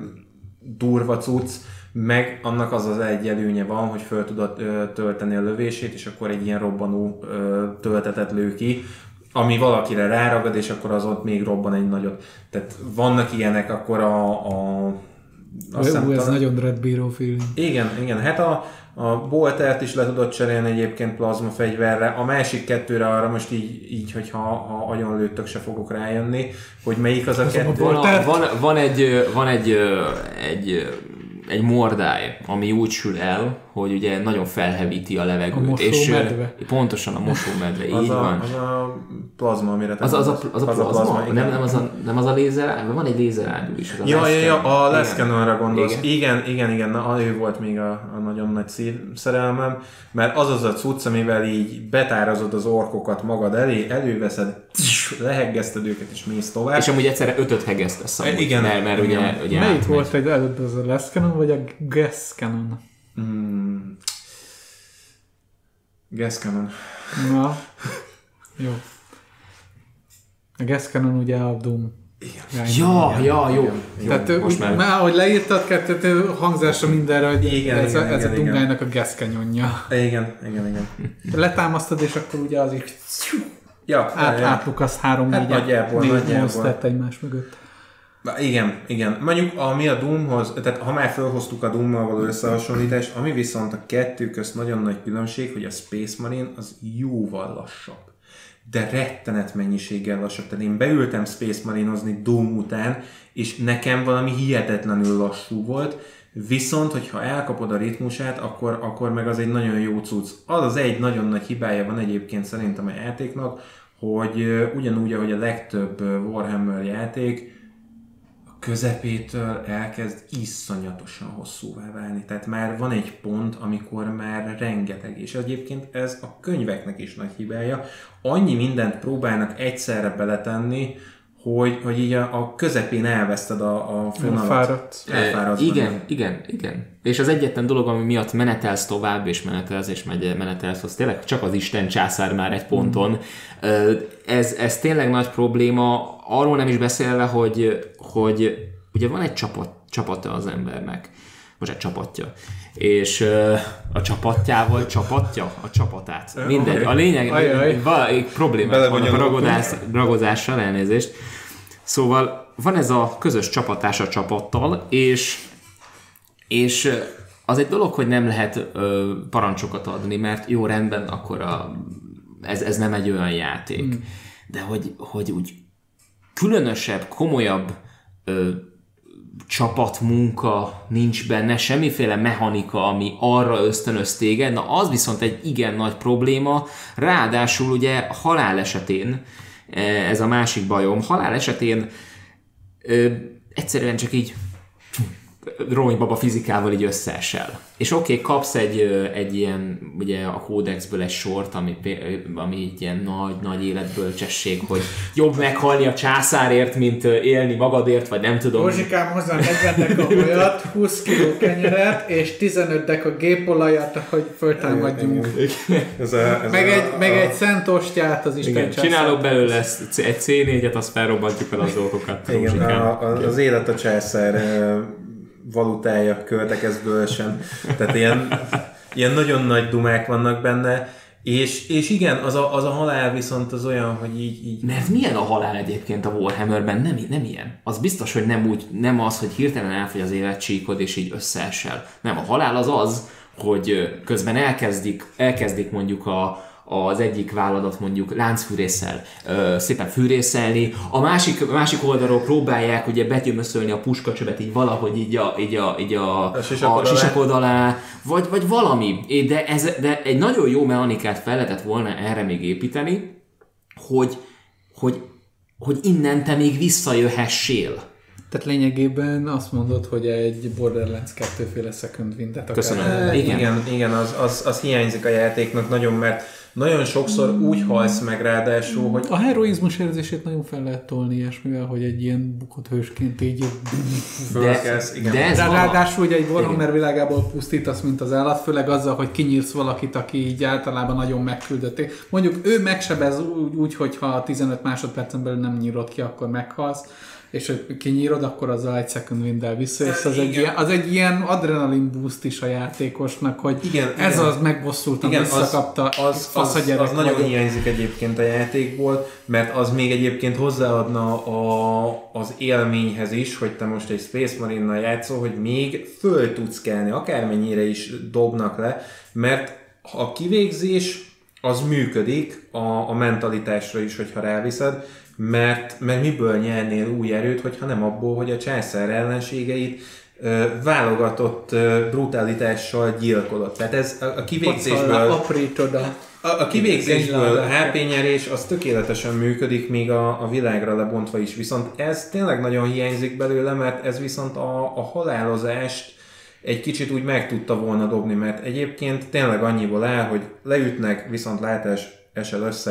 durva cucc, meg annak az az egy előnye van, hogy föl tudod tölteni a lövését, és akkor egy ilyen robbanó töltetet lő ki, ami valakire ráragad, és akkor az ott még robban egy nagyot. Tehát vannak ilyenek, akkor a, a Ú, ez talán... nagyon Dread Bureau feeling. Igen, igen. Hát a, a boltert is le tudod cserélni egyébként plazma fegyverre. A másik kettőre arra most így, így hogyha ha agyon lőttök, se fogok rájönni, hogy melyik az a Az a kettő. Van, a, Boltert? van, van, egy, van egy, egy, egy mordály, ami úgy sül el, hogy ugye nagyon felhevíti a levegőt. A mosómedve. És pontosan a mosómedve, Az így a, van. az a plazma, amire te Az, az, a, mondasz. az a plazma? plazma, nem, igen. nem, az a, nem az a lézer, van egy lézerágyú is. Az a Ja, ja, ja, a Igen. Lescanonra gondolsz. Igen. Igen, igen, igen, na, ő volt még a, a nagyon nagy szívszerelmem, mert az az a cucc, amivel így betárazod az orkokat magad elé, előveszed, leheggezted őket és mész tovább. És amúgy egyszerre ötöt hegesztesz amúgy, Igen, mert, mert ugye, igen. ugye Melyik átmegy. volt egy előbb, az a Last Cannon vagy a Gas Cannon? Mm, Gas Cannon. Na, jó. A Gas Cannon ugye a Doom. Igen. Ja, ja, jó. Igen. jó. Tehát most már, már... ahogy leírtad, kettőt hangzásra mindenre, hogy Igen, ez, igen, a, ez igen, a Dungájnak a Gas Canyonja. Igen, igen, igen. Letámasztod, és akkor ugye az is Ja, át, ja. átlukasz három, Hát négy, nagyjából, négy nagyjából. monstert egymás mögött. Igen, igen. Mondjuk ami a Doomhoz, tehát ha már felhoztuk a Doommal való összehasonlítást, ami viszont a kettő közt nagyon nagy különbség, hogy a Space Marine az jóval lassabb. De rettenet mennyiséggel lassabb. Tehát én beültem Space Marine-ozni Doom után, és nekem valami hihetetlenül lassú volt, viszont, hogyha elkapod a ritmusát, akkor, akkor meg az egy nagyon jó cucc. Az az egy nagyon nagy hibája van egyébként szerintem a játéknak, hogy ugyanúgy, ahogy a legtöbb Warhammer játék, közepétől elkezd iszonyatosan hosszúvá válni. Tehát már van egy pont, amikor már rengeteg, és egyébként ez a könyveknek is nagy hibája. Annyi mindent próbálnak egyszerre beletenni, hogy, hogy így a, a közepén elveszted a, a fonalat. Elfáradt. E, igen, igen, igen. És az egyetlen dolog, ami miatt menetelsz tovább, és menetelsz, és megy, menetelsz, az tényleg csak az Isten császár már egy ponton. Ez, ez tényleg nagy probléma, arról nem is beszélve, hogy, hogy ugye van egy csapat, csapata az embernek. Most egy csapatja. És a csapatjával csapatja a csapatát. Mindegy. A lényeg, valami problémák vannak a ragodás, ragozással, elnézést. Szóval van ez a közös csapatás a csapattal, és, és az egy dolog, hogy nem lehet ö, parancsokat adni, mert jó, rendben, akkor a, ez, ez nem egy olyan játék. Mm. De hogy, hogy úgy különösebb, komolyabb ö, csapatmunka nincs benne, semmiféle mechanika, ami arra ösztönöz téged, na az viszont egy igen nagy probléma, ráadásul ugye halál esetén, ez a másik bajom, halál esetén ö, egyszerűen csak így rohanybaba fizikával így összeesel. És oké, okay, kapsz egy, egy ilyen, ugye a kódexből egy sort, ami, ami így ilyen nagy-nagy életbölcsesség, hogy jobb meghalni a császárért, mint élni magadért, vagy nem tudom. Józsikám, hozzá negyven deka olyat, húsz kiló kenyeret, és tizenöt deka gépolajat, hogy föltámadjunk. Ez a, ez meg, a, egy, a, meg egy szentostját az Isten császár. Csinálok belőle egy cé négyet, azt felrobbantjuk el az dolgokat. Igen, a, a, az élet a császár valutája költekez bölcsen. Tehát ilyen, ilyen nagyon nagy dumák vannak benne, és, és igen, az a, az a halál viszont az olyan, hogy így, így... Mert milyen a halál egyébként a Warhammerben? Nem, nem ilyen. Az biztos, hogy nem úgy, nem az, hogy hirtelen elfogy az életcsíkod, és így összeesel. Nem, a halál az az, hogy közben elkezdik, elkezdik mondjuk a az egyik vállalat mondjuk láncfűrésszel ö, szépen fűrészelni, a másik, másik oldalról próbálják ugye betyömöszölni a puskacsövet így valahogy így a, így a, így a, a, a sisakod alá, vagy, vagy valami. De, ez, de egy nagyon jó mechanikát fel lehetett volna erre még építeni, hogy, hogy, hogy innen te még visszajöhessél. Tehát lényegében azt mondod, hogy egy Borderlands kettőféle Second Wind-et Köszönöm. E, igen, igen, igen az, az, az hiányzik a játéknak nagyon, mert nagyon sokszor úgy halsz meg ráadásul, hogy... A heroizmus érzését nagyon fel lehet tolni ilyesmivel, hogy egy ilyen bukott hősként így... Fölkelsz, igen. De Rá, ráadásul ugye egy Warhammer világából pusztítasz, mint az állat, főleg azzal, hogy kinyírsz valakit, aki így általában nagyon megküldötték. Mondjuk ő megsebez úgy, úgy hogyha tizenöt másodpercen belül nem nyírod ki, akkor meghalsz, és hogy kinyírod, akkor azzal egy second wind-del visszajössz. Az, egy ilyen, az egy ilyen adrenalin boost is a játékosnak, hogy igen, ez igen. az megbosszultam, igen, visszakapta, az, az, fasz a gyerek az, az nagyon hiányzik egyébként a játékból, mert az még egyébként hozzáadna a, az élményhez is, hogy te most egy Space Marine-nal játszol, hogy még föl tudsz kelni, akármennyire is dobnak le, mert a kivégzés az működik a, a mentalitásra is, hogyha ráviszed, Mert, mert miből nyernél új erőt, hogyha nem abból, hogy a császár ellenségeit ö, válogatott ö, brutalitással gyilkolod. Tehát ez a, a kivégzésből... A, a kivégzésből há pé nyerés az tökéletesen működik, még a, a világra lebontva is. Viszont ez tényleg nagyon hiányzik belőle, mert ez viszont a, a halálozást egy kicsit úgy meg tudta volna dobni, mert egyébként tényleg annyiból áll, hogy leütnek, viszont látás esel össze,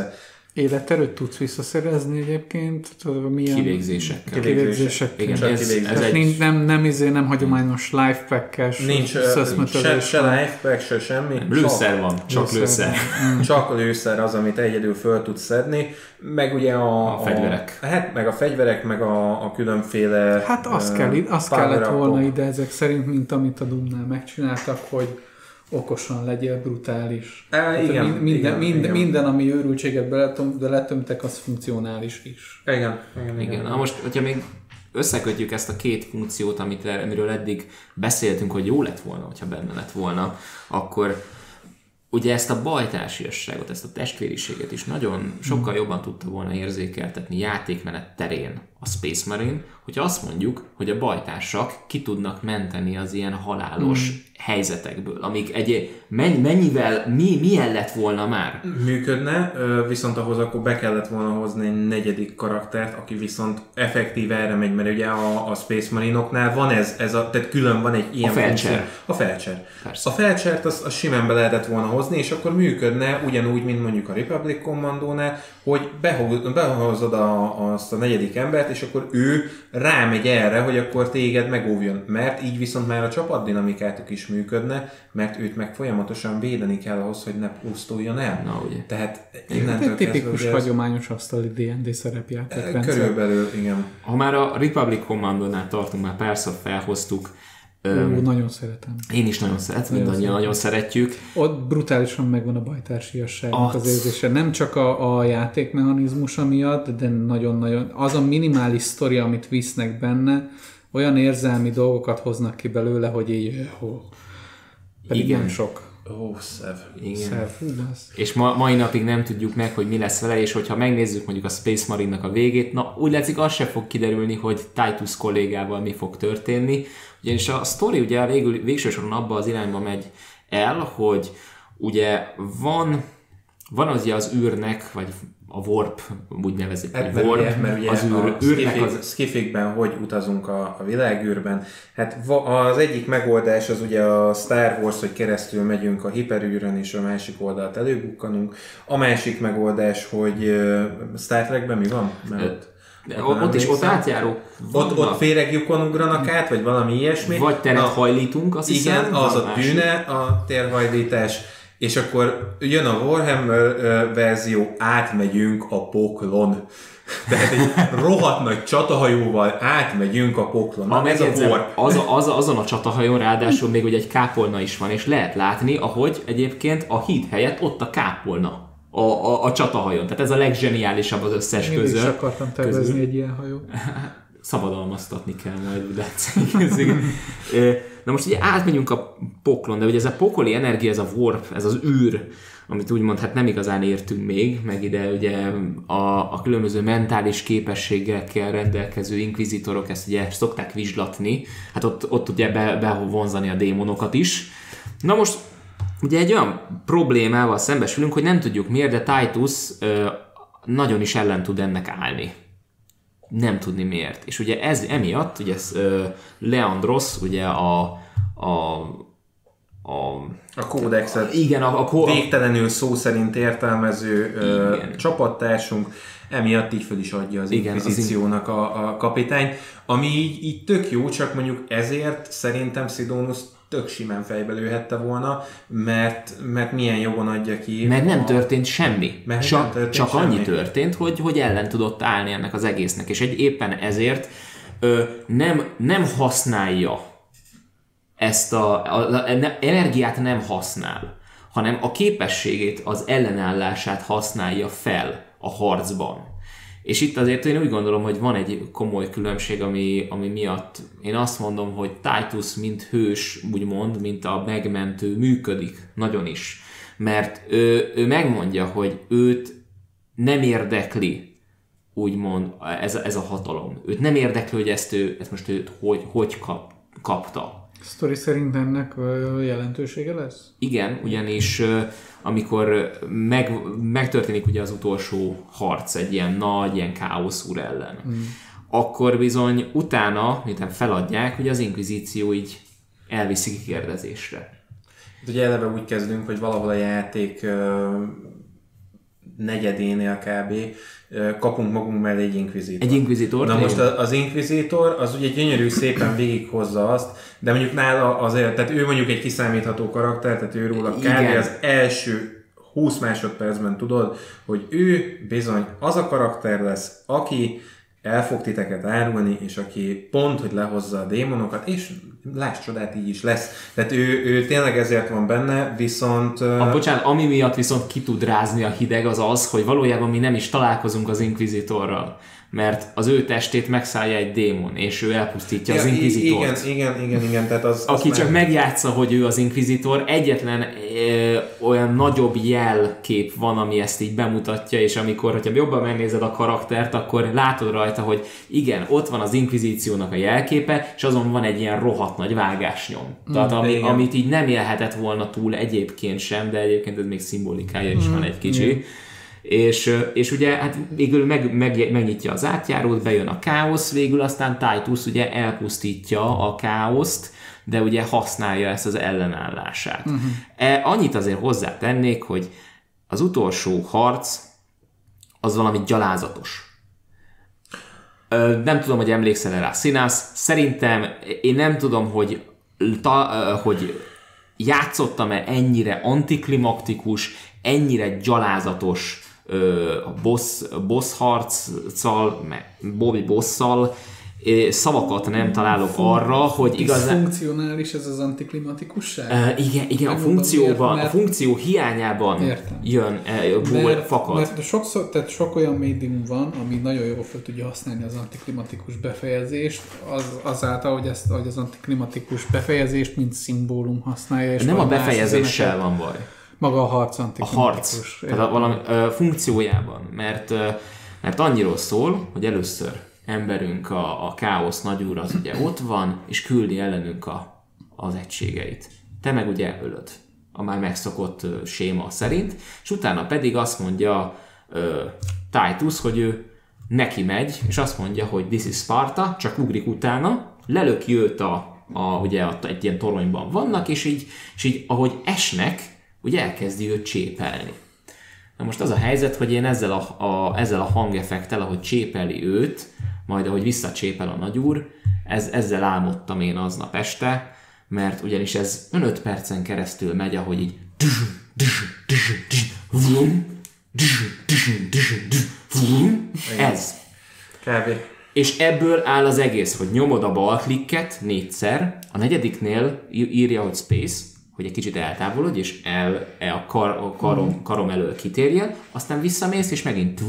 Életerőt tudsz visszaszerezni egyébként? Milyen... Kivégzésekkel. Kivégzésekkel. Igen, ez, kivégzés. ez egy... Nincs, nem, nem, izé, nem hagyományos lifepack-es. Nincs se, se lifepack, se semmi. Lőszer van, csak lőszer. Csak lőszer az, amit egyedül föl tudsz szedni. Meg ugye a... A fegyverek. A, hát meg a fegyverek, meg a, a különféle... Hát az, kell, az kellett volna ide ezek szerint, mint amit a Doom-nál megcsináltak, hogy okosan legyél, brutális. E, hát igen, minden, igen, minden, igen. minden, ami őrültséget beletöm, beletömtek, az funkcionális is. Igen, igen, igen. igen. igen. Na most, hogyha még összekötjük ezt a két funkciót, amit, amiről eddig beszéltünk, hogy jó lett volna, hogyha benne lett volna, akkor ugye ezt a bajtársiasságot, ezt a testvériséget is nagyon sokkal jobban tudta volna érzékeltetni játékmenet terén a Space Marine, hogyha azt mondjuk, hogy a bajtársak ki tudnak menteni az ilyen halálos mm. helyzetekből, amik egy mennyivel, mi, milyen lett volna már? Működne, viszont ahhoz akkor be kellett volna hozni egy negyedik karaktert, aki viszont effektív erre megy, mert ugye a, a Space Marine-oknál van ez, ez a, tehát külön van egy ilyen... A felcser. A felcser. Persze. A felcsert azt az simán be lehetett volna hozni, és akkor működne ugyanúgy, mint mondjuk a Republic Commandónál, hogy behozod a, azt a negyedik embert, és akkor ő rámegy erre, hogy akkor téged megóvjon. Mert így viszont már a csapatdinamikátok is működne, mert őt meg folyamatosan védeni kell ahhoz, hogy ne pusztuljon el. Na, ugye. Tehát egy tipikus, hagyományos asztali dé end dé szerepjáték. Körülbelül, igen. Ha már a Republic Commandónál tartunk, már párszor felhoztuk. Ó, um, nagyon szeretem. Én is nagyon szeretem, mindannyian nagyon szeretjük. Ott brutálisan megvan a bajtársiasságnak az érzése. Nem csak a, a játékmechanizmusa miatt, de nagyon-nagyon az a minimális sztori, amit visznek benne, olyan érzelmi dolgokat hoznak ki belőle, hogy így ó, pedig igen. nem sok. Ó, oh, szev. Igen. Szev. Hú, és ma, mai napig nem tudjuk meg, hogy mi lesz vele, és hogyha megnézzük mondjuk a Space Marine-nak a végét, na úgy látszik, az se fog kiderülni, hogy Titus kollégával mi fog történni. Ugyanis a sztori ugye végül, végső soron abba az irányba megy el, hogy ugye van, van az ugye az űrnek, vagy a warp, úgy nevezik, hát, hogy warp, ugye, mert ugye az űr, a űrnek az... skifikben hogy utazunk a, a világűrben. Hát az egyik megoldás az ugye a Star Wars, hogy keresztül megyünk a hiperűrön, és a másik oldalt előbukkanunk. A másik megoldás, hogy Star Trekben mi van? Mert de ott, ott is ott átjárók Ott, ott féregjukon ugranak át, vagy valami ilyesmi. Vagy teret Na, hajlítunk, azt igen, hiszem. az a bűne a térhajlítás. És akkor jön a Warhammer uh, verzió, átmegyünk a poklon. Tehát egy rohadt nagy csatahajóval átmegyünk a poklon. Na, ez a warp. Az, az, azon a csatahajón ráadásul még ugye egy kápolna is van, és lehet látni, ahogy egyébként a híd helyett ott a kápolna. A, a, a csatahajón. Tehát ez a legzseniálisabb az összes közül. közül. Én is akartam tervezni közül. Egy ilyen hajót. Szabadalmaztatni kell majd, úgy látszik. Na most ugye átmegyünk a poklon, de ugye ez a pokoli energia, ez a warp, ez az űr, amit úgymond hát nem igazán értünk még, meg ide ugye a, a különböző mentális képességekkel rendelkező inkvizitorok ezt ugye szokták vizslatni, hát ott, ott ugye be, bevonzani a démonokat is. Na most ugye egy olyan problémával szembesülünk, hogy nem tudjuk miért, de Titus ö, nagyon is ellen tud ennek állni. Nem tudni miért. És ugye ez emiatt, ugye ez, uh, Leandros, ugye a a, a, a kódexet igen, a, a kó... végtelenül szó szerint értelmező uh, csapattársunk, emiatt így föl is adja az igen, inkvizíciónak az in... a, a kapitány, ami így, így tök jó, csak mondjuk ezért szerintem Sidonus tök simán fejbe lőhette volna, mert, mert milyen jogon adja ki. Mert nem a... történt semmi. Mert csak nem történt csak semmi. Annyi történt, hogy, hogy ellen tudott állni ennek az egésznek, és egy, éppen ezért ö, nem, nem használja ezt a, a, a, a energiát nem használ, hanem a képességét, az ellenállását használja fel a harcban. És itt azért én úgy gondolom, hogy van egy komoly különbség, ami, ami miatt én azt mondom, hogy Titus mint hős, úgymond, mint a megmentő működik nagyon is. Mert ő, ő megmondja, hogy őt nem érdekli, úgymond, ez, ez a hatalom. Őt nem érdekli, hogy ezt, ő, ezt most őt hogy, hogy kap, kapta. Sztori szerint ennek jelentősége lesz? Igen, ugyanis amikor meg, megtörténik ugye az utolsó harc egy ilyen nagy, ilyen káosz úr ellen, mm. akkor bizony utána, miután feladják, ugye az inkvizíció így elviszi kikérdezésre. Ugye eleve úgy kezdünk, hogy valahol a játék negyedénél kb. Kapunk magunk mellé egy inkvizitort. Egy inkvizitort? Na most az inkvizitor, az ugye gyönyörű szépen végighozza azt, de mondjuk nála azért, tehát ő mondjuk egy kiszámítható karakter, tehát ő róla kb. Az első húsz másodpercben tudod, hogy ő bizony az a karakter lesz, aki el fog titeket árulni, és aki pont, hogy lehozza a démonokat, és láss csodát, így is lesz. Tehát ő, ő tényleg ezért van benne, viszont... A, bocsánat, ami miatt viszont ki tud rázni a hideg az az, hogy valójában mi nem is találkozunk az inkvizitorral, mert az ő testét megszállja egy démon, és ő elpusztítja ja, az inkvizitort. Igen, igen, igen, igen. Tehát az, Aki az csak már... megjátsza, hogy ő az inkvizitor, egyetlen e, olyan nagyobb jelkép van, ami ezt így bemutatja, és amikor, hogyha jobban megnézed a karaktert, akkor látod rajta, hogy igen, ott van az inkvizíciónak a jelképe, és azon van egy ilyen rohadt nagy vágásnyom. Mm, Tehát ami, amit így nem élhetett volna túl egyébként sem, de egyébként ez még szimbolikája is mm, van egy kicsi. Mm. És, és ugye hát végül meg, meg, megnyitja az átjárót, bejön a káosz, végül aztán Titus ugye elpusztítja a káoszt, de ugye használja ezt az ellenállását. Uh-huh. E, annyit azért hozzátennék, hogy az utolsó harc az valami gyalázatos. Ö, nem tudom, hogy emlékszel rá, Színász, szerintem én nem tudom, hogy, ta, hogy játszottam-e ennyire antiklimaktikus, ennyire gyalázatos a boss, boss harccal, Bobby Bosszal, szavakat nem találok arra, hogy igazán... Funkcionális ez az antiklimatikusság? Uh, igen, igen a, funkcióban, miért, a funkció hiányában értem. jön, ból mert, fakad. Mert sokszor, tehát sok olyan médium van, ami nagyon jól fel tudja használni az antiklimatikus befejezést, az, azáltal, hogy, ezt, hogy az antiklimatikus befejezést mint szimbólum használja. És nem a befejezéssel van baj. Maga a harc antiklimatikus. A harc, tehát a valami ö, funkciójában, mert, ö, mert annyiról szól, hogy először emberünk, a, a káosz nagyúr az ugye ott van, és küldi ellenünk a, az egységeit. Te meg ugye ölöd, a már megszokott ö, séma szerint, és utána pedig azt mondja ö, Titus, hogy ő neki megy, és azt mondja, hogy this is Sparta, csak ugrik utána, lelöki őt a, a, ugye a, egy ilyen toronyban vannak, és így, és így ahogy esnek, ugye elkezdi őt csépelni. Na most az a helyzet, hogy én ezzel a, a, ezzel a hangeffektel, ahogy csépeli őt, majd ahogy visszacsépel a nagyúr, ez, ezzel álmodtam én aznap este, mert ugyanis ez öt percen keresztül megy, ahogy így ez. Kb. És ebből áll az egész, hogy nyomod a bal klikket négyszer, a negyediknél írja, hogy space, hogy egy kicsit eltávolodj, és el, el a, kar, a karom, karom elől kitérjél, aztán visszamész, és megint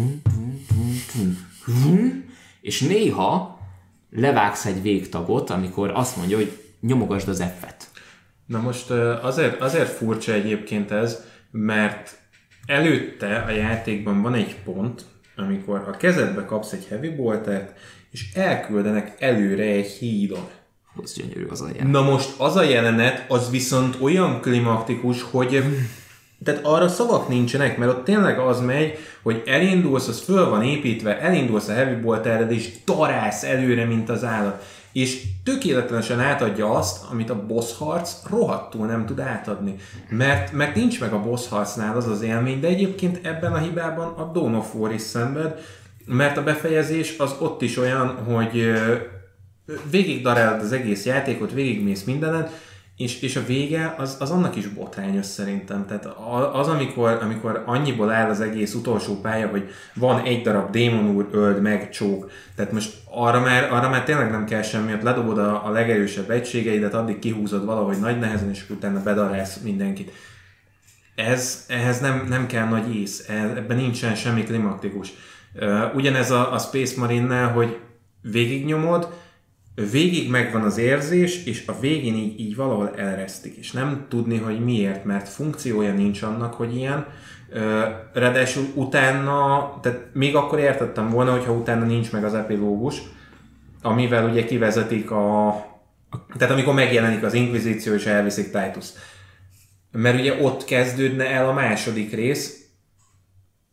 és néha levágsz egy végtagot, amikor azt mondja, hogy nyomogasd az F-et. Na most azért, azért furcsa egyébként ez, mert előtte a játékban van egy pont, amikor a kezedbe kapsz egy heavy boltert, és elküldenek előre egy hídon. Az gyönyörű az a jelenet. Na most az a jelenet, az viszont olyan klimaktikus, hogy tehát arra szavak nincsenek, mert ott tényleg az megy, hogy elindulsz, az föl van építve, elindulsz a heavy boltered, és darálsz előre, mint az állat. És tökéletesen átadja azt, amit a boss harc rohadtul nem tud átadni. Mert, mert nincs meg a boss harcnál az az élmény, de egyébként ebben a hibában a Dawn of War is szenved, mert a befejezés az ott is olyan, hogy végig darálod az egész játékot, végigmész mindenen, és, és a vége az, az annak is botrányos szerintem. Tehát az, amikor, amikor annyiból áll az egész utolsó pálya, hogy van egy darab démon úr, öld meg, csók. Tehát most arra már, arra már tényleg nem kell semmi, ott ledobod a, a legerősebb egységeidet, addig kihúzod valahogy nagy nehezen, és utána bedarálsz mindenkit. Ez, ehhez nem, nem kell nagy ész, ebben nincsen semmi klimaktikus. Ugyanez a, a Space Marine-nel, hogy végignyomod, végig megvan az érzés, és a végén így, így valahol elresztik, és nem tudni, hogy miért, mert funkciója nincs annak, hogy ilyen. Ráadásul utána, tehát még akkor értettem volna, hogyha utána nincs meg az epilógus, amivel ugye kivezetik a... Tehát amikor megjelenik az inkvizíció, és elviszik Titus. Mert ugye ott kezdődne el a második rész,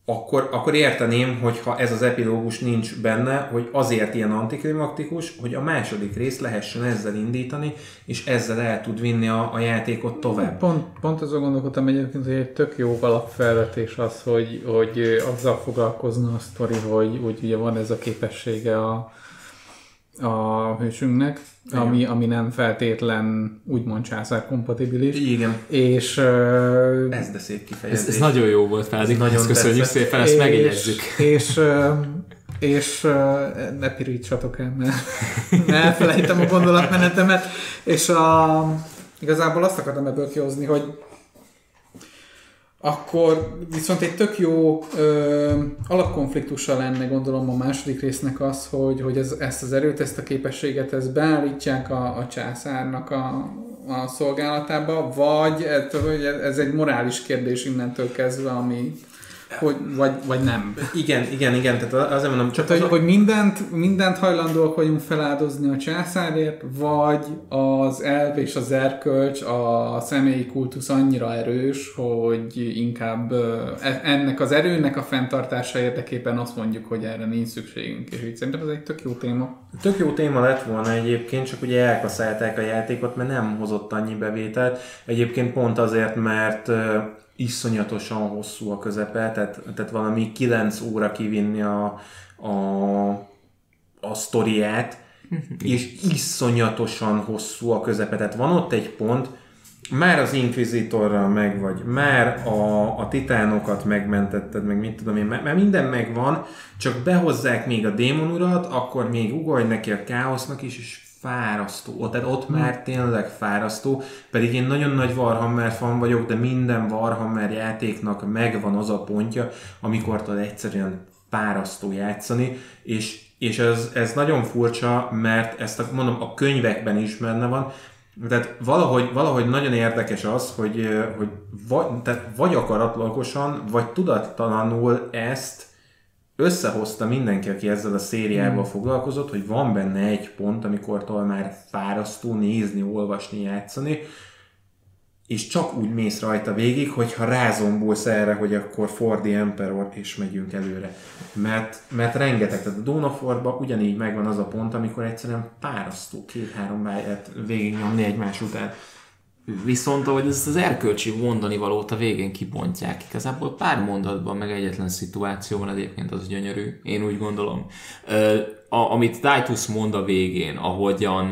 akkor, akkor érteném, hogyha ez az epilógus nincs benne, hogy azért ilyen antiklimaktikus, hogy a második rész lehessen ezzel indítani, és ezzel el tud vinni a, a játékot tovább. Pont, pont azon gondolkodtam egyébként, hogy egy tök jó alapfelvetés az, hogy, hogy azzal foglalkozna a sztori, hogy, hogy ugye van ez a képessége a, a hősünknek, ami, ami nem feltétlen úgymond császár kompatibilis. Igen. És, uh, ez de szép kifejezés. Ez, ez nagyon jó volt, Fádi. Nagyon köszönjük tetszett. Szépen, ezt megjegyezzük. És, uh, és uh, ne pirítsatok el, mert elfelejtem a gondolatmenetemet. És a, igazából azt akartam ebből kihozni, hogy akkor viszont egy tök jó ö, alapkonfliktusa lenne, gondolom, a második résznek az, hogy, hogy ez, ezt az erőt, ezt a képességet ezt beállítsák a, a császárnak a, a szolgálatába, vagy ez egy morális kérdés innentől kezdve, ami hogy, vagy, vagy nem. Igen, igen, igen, tehát azért mondom, csak tehát, az hogy, hogy mindent, mindent hajlandóak vagyunk feláldozni a császárért, vagy az elv és az erkölcs, a személyi kultusz annyira erős, hogy inkább ennek az erőnek a fenntartása érdekében azt mondjuk, hogy erre nincs szükségünk, és így szerintem ez egy tök jó téma. Tök jó téma lett volna egyébként, csak ugye elkaszálták a játékot, mert nem hozott annyi bevételt. Egyébként pont azért, mert iszonyatosan hosszú a közepe, tehát, tehát valami kilenc óra kivinni a, a, a sztoriát, és iszonyatosan hosszú a közepe. Tehát van ott egy pont, már az Inquisitorral meg vagy, már a, a titánokat megmentetted, meg mit tudom én, már minden megvan, csak behozzák még a démonurat, akkor még ugorj neki a káosznak is, és fárasztó. Tehát ott már tényleg fárasztó, pedig én nagyon nagy Warhammer fan vagyok, de minden Warhammer játéknak megvan az a pontja, amikor tudod egyszerűen fárasztó játszani, és, és ez, ez nagyon furcsa, mert ezt a, mondom, a könyvekben is benne van, tehát valahogy, valahogy nagyon érdekes az, hogy, hogy vagy, tehát vagy akaratlagosan, vagy tudattalanul ezt összehozta mindenki, aki ezzel a szériával hmm. foglalkozott, hogy van benne egy pont, amikor már fárasztó nézni, olvasni, játszani, és csak úgy mész rajta végig, hogyha rázombulsz erre, hogy akkor for the Emperor, és megyünk előre. Mert, mert rengeteg, tehát a Dawn of War-ban ugyanígy megvan az a pont, amikor egyszerűen fárasztó két-három báját végignyomni egymás után. Viszont ahogy ezt az erkölcsi mondani valót a végén kibontják, igazából pár mondatban, meg egyetlen szituációban egyébként az gyönyörű, én úgy gondolom. A, amit Titus mond a végén, ahogyan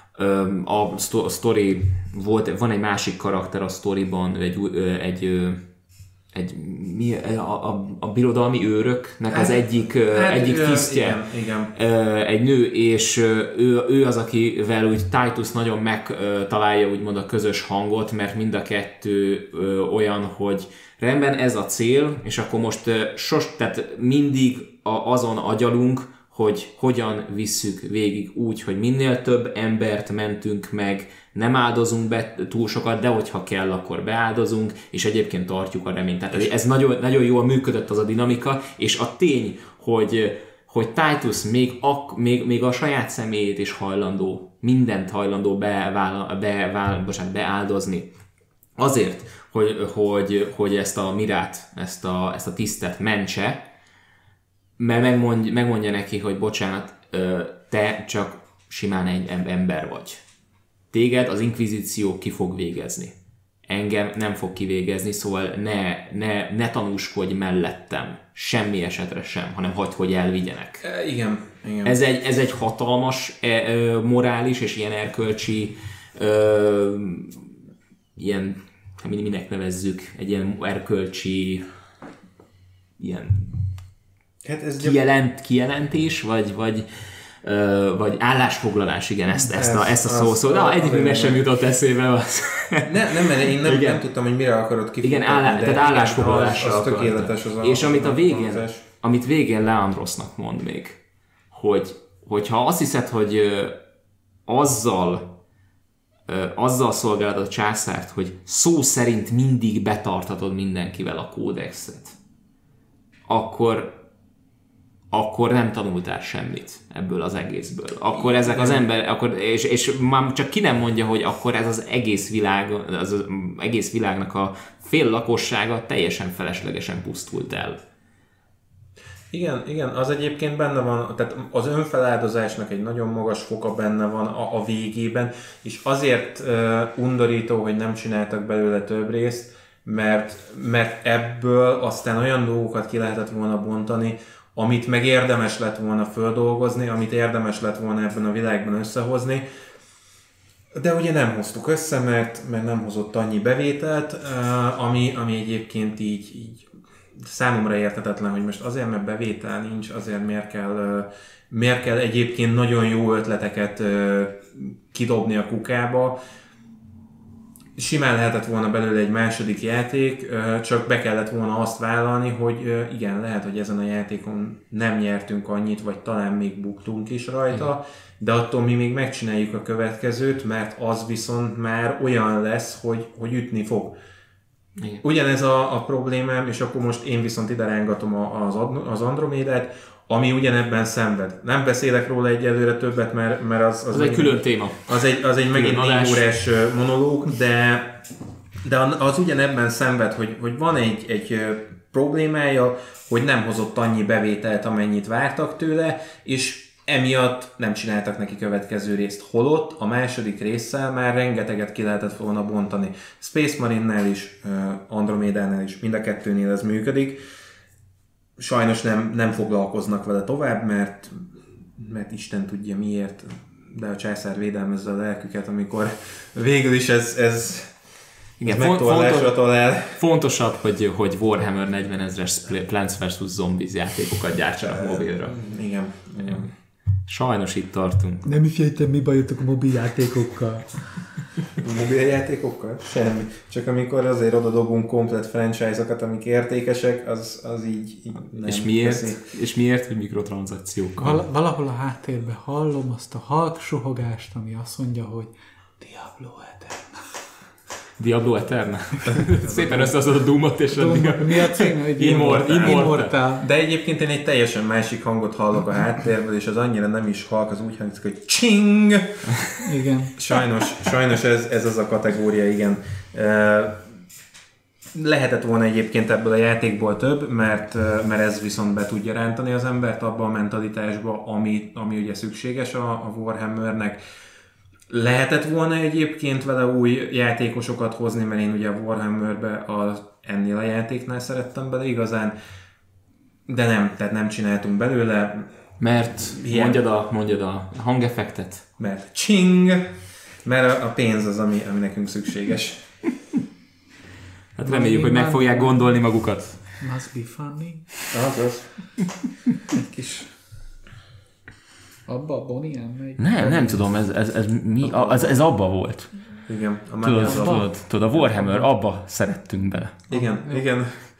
a sztori volt, van egy másik karakter a sztoriban, egy, egy, egy mi, a, a, a birodalmi őröknek az egyik, hát, egyik tisztje, igen, igen. egy nő, és ő, ő az, akivel úgy Titus nagyon megtalálja úgymond a közös hangot, mert mind a kettő olyan, hogy rendben ez a cél, és akkor most sos, tehát mindig azon agyalunk, hogy hogyan visszük végig úgy, hogy minél több embert mentünk meg, nem áldozunk be túl sokat, de hogyha kell, akkor beáldozunk, és egyébként tartjuk a reményt. Tehát ez nagyon, nagyon jól működött az a dinamika, és a tény, hogy, hogy Titus még a, még, még a saját személyét is hajlandó, mindent hajlandó bevál, bevál, bocsánat, beáldozni. Azért, hogy, hogy, hogy ezt a Mirát, ezt a, ezt a tisztet mentse, mert megmondja, megmondja neki, hogy bocsánat, te csak simán egy ember vagy. Téged az inkvizíció ki fog végezni. Engem nem fog kivégezni, szóval ne, ne, ne tanúskodj mellettem. Semmi esetre sem, hanem hagyd, hogy elvigyenek. E, igen, igen. Ez egy, ez egy hatalmas e, e, morális és ilyen erkölcsi e, ilyen, minek nevezzük, egy ilyen erkölcsi ilyen hát ez kijelent, kijelentés, vagy, vagy, ö, vagy állásfoglalás, igen, ezt, ezt, a, ezt a szó szó. Na, egyikünknek sem jutott eszébe az. Ne, nem, mert én nem, nem tudtam, hogy mire akarod kifutni. Igen, állá, tehát állásfoglalásra az, az tökéletes. Az és a, amit a végén, amit végén Leandrosnak mond még, hogy, hogyha azt hiszed, hogy ö, azzal, ö, azzal szolgálod a császárt, hogy szó szerint mindig betartatod mindenkivel a kódexet, akkor akkor nem tanultál semmit ebből az egészből. Akkor ezek az ember, akkor, és, és már csak ki nem mondja, hogy akkor ez az egész világ, az, az egész világnak a fél lakossága teljesen feleslegesen pusztult el. Igen, igen, az egyébként benne van, tehát az önfeláldozásnak egy nagyon magas foka benne van a, a végében, és azért uh, undorító, hogy nem csináltak belőle több részt, mert, mert ebből aztán olyan dolgokat ki lehetett volna bontani, amit meg érdemes lett volna földolgozni, amit érdemes lett volna ebben a világban összehozni, de ugye nem hoztuk össze, mert, mert nem hozott annyi bevételt, uh, ami, ami egyébként így, így számomra érthetetlen, hogy most azért, mert bevétel nincs, azért miért kell, miért kell egyébként nagyon jó ötleteket kidobni a kukába. Simán lehetett volna belőle egy második játék, csak be kellett volna azt vállalni, hogy igen, lehet, hogy ezen a játékon nem nyertünk annyit, vagy talán még buktunk is rajta, de attól mi még megcsináljuk a következőt, mert az viszont már olyan lesz, hogy, hogy ütni fog. Igen. Ugyanez a, a problémám, és akkor most én viszont ide rángatom az, az Andromédát, ami ugyanebben szenved. Nem beszélek róla egyelőre többet, mert, mert az... Az, az egy külön téma. Az egy, az egy megint négy órás monológ, de, de az ugyanebben szenved, hogy, hogy van egy, egy problémája, hogy nem hozott annyi bevételt, amennyit vártak tőle, és emiatt nem csináltak neki következő részt. Holott a második résszel már rengeteget ki lehetett volna bontani. Space Marine-nál is, Andromédánál is, mind a kettőnél ez működik. Sajnos nem, nem foglalkoznak vele tovább, mert, mert Isten tudja miért, de a császár védelmezze a lelküket, amikor végül is ez, ez, igen, ez megtorlásra talál. Fontosabb, hogy, hogy Warhammer negyvenezres Plants versus. Zombies játékokat gyártsanak mobilra. Igen. Igen. Sajnos itt tartunk. Nem is értem, mi bajotok a mobiljátékokkal. Mobiljátékokkal? Semmi. Csak amikor azért oda dobunk komplet franchise-okat, amik értékesek, az, az így, így nem és miért? Teszi. És miért, hogy mikrotranszakciókkal? Val- valahol a háttérben hallom azt a halk suhogást, ami azt mondja, hogy Diablo Eterna. Diablo Eterna? Szépen összehozod a Doom-ot és Doom, a... Mi a címe? Immortal. Immortal. De egyébként én egy teljesen másik hangot hallok a háttérből, és az annyira nem is halk, az úgy hangzik, hogy csing! Igen. Sajnos, sajnos ez, ez az a kategória, igen. Lehetett volna egyébként ebből a játékból több, mert, mert ez viszont be tudja rántani az embert abba a mentalitásba, ami, ami ugye szükséges a, a Warhammernek. Lehetett volna egyébként vele új játékosokat hozni, mert én ugye a Warhammerbe az, ennél a játéknál szerettem bele igazán, de nem, tehát nem csináltunk belőle. Mert mondjad a, mondjad a hangeffektet. Mert csing! Mert a, a pénz az, ami, ami nekünk szükséges. Hát reméljük, hogy meg fogják gondolni magukat. Must be funny. Az az. Egy kis... Abba a Bonnie megy? Nem, nem tudom, ez, ez, ez, mi, ez, ez abba volt. Igen. A tudod, tudod, tudod, a Warhammer, abba szerettünk bele. Igen, igen.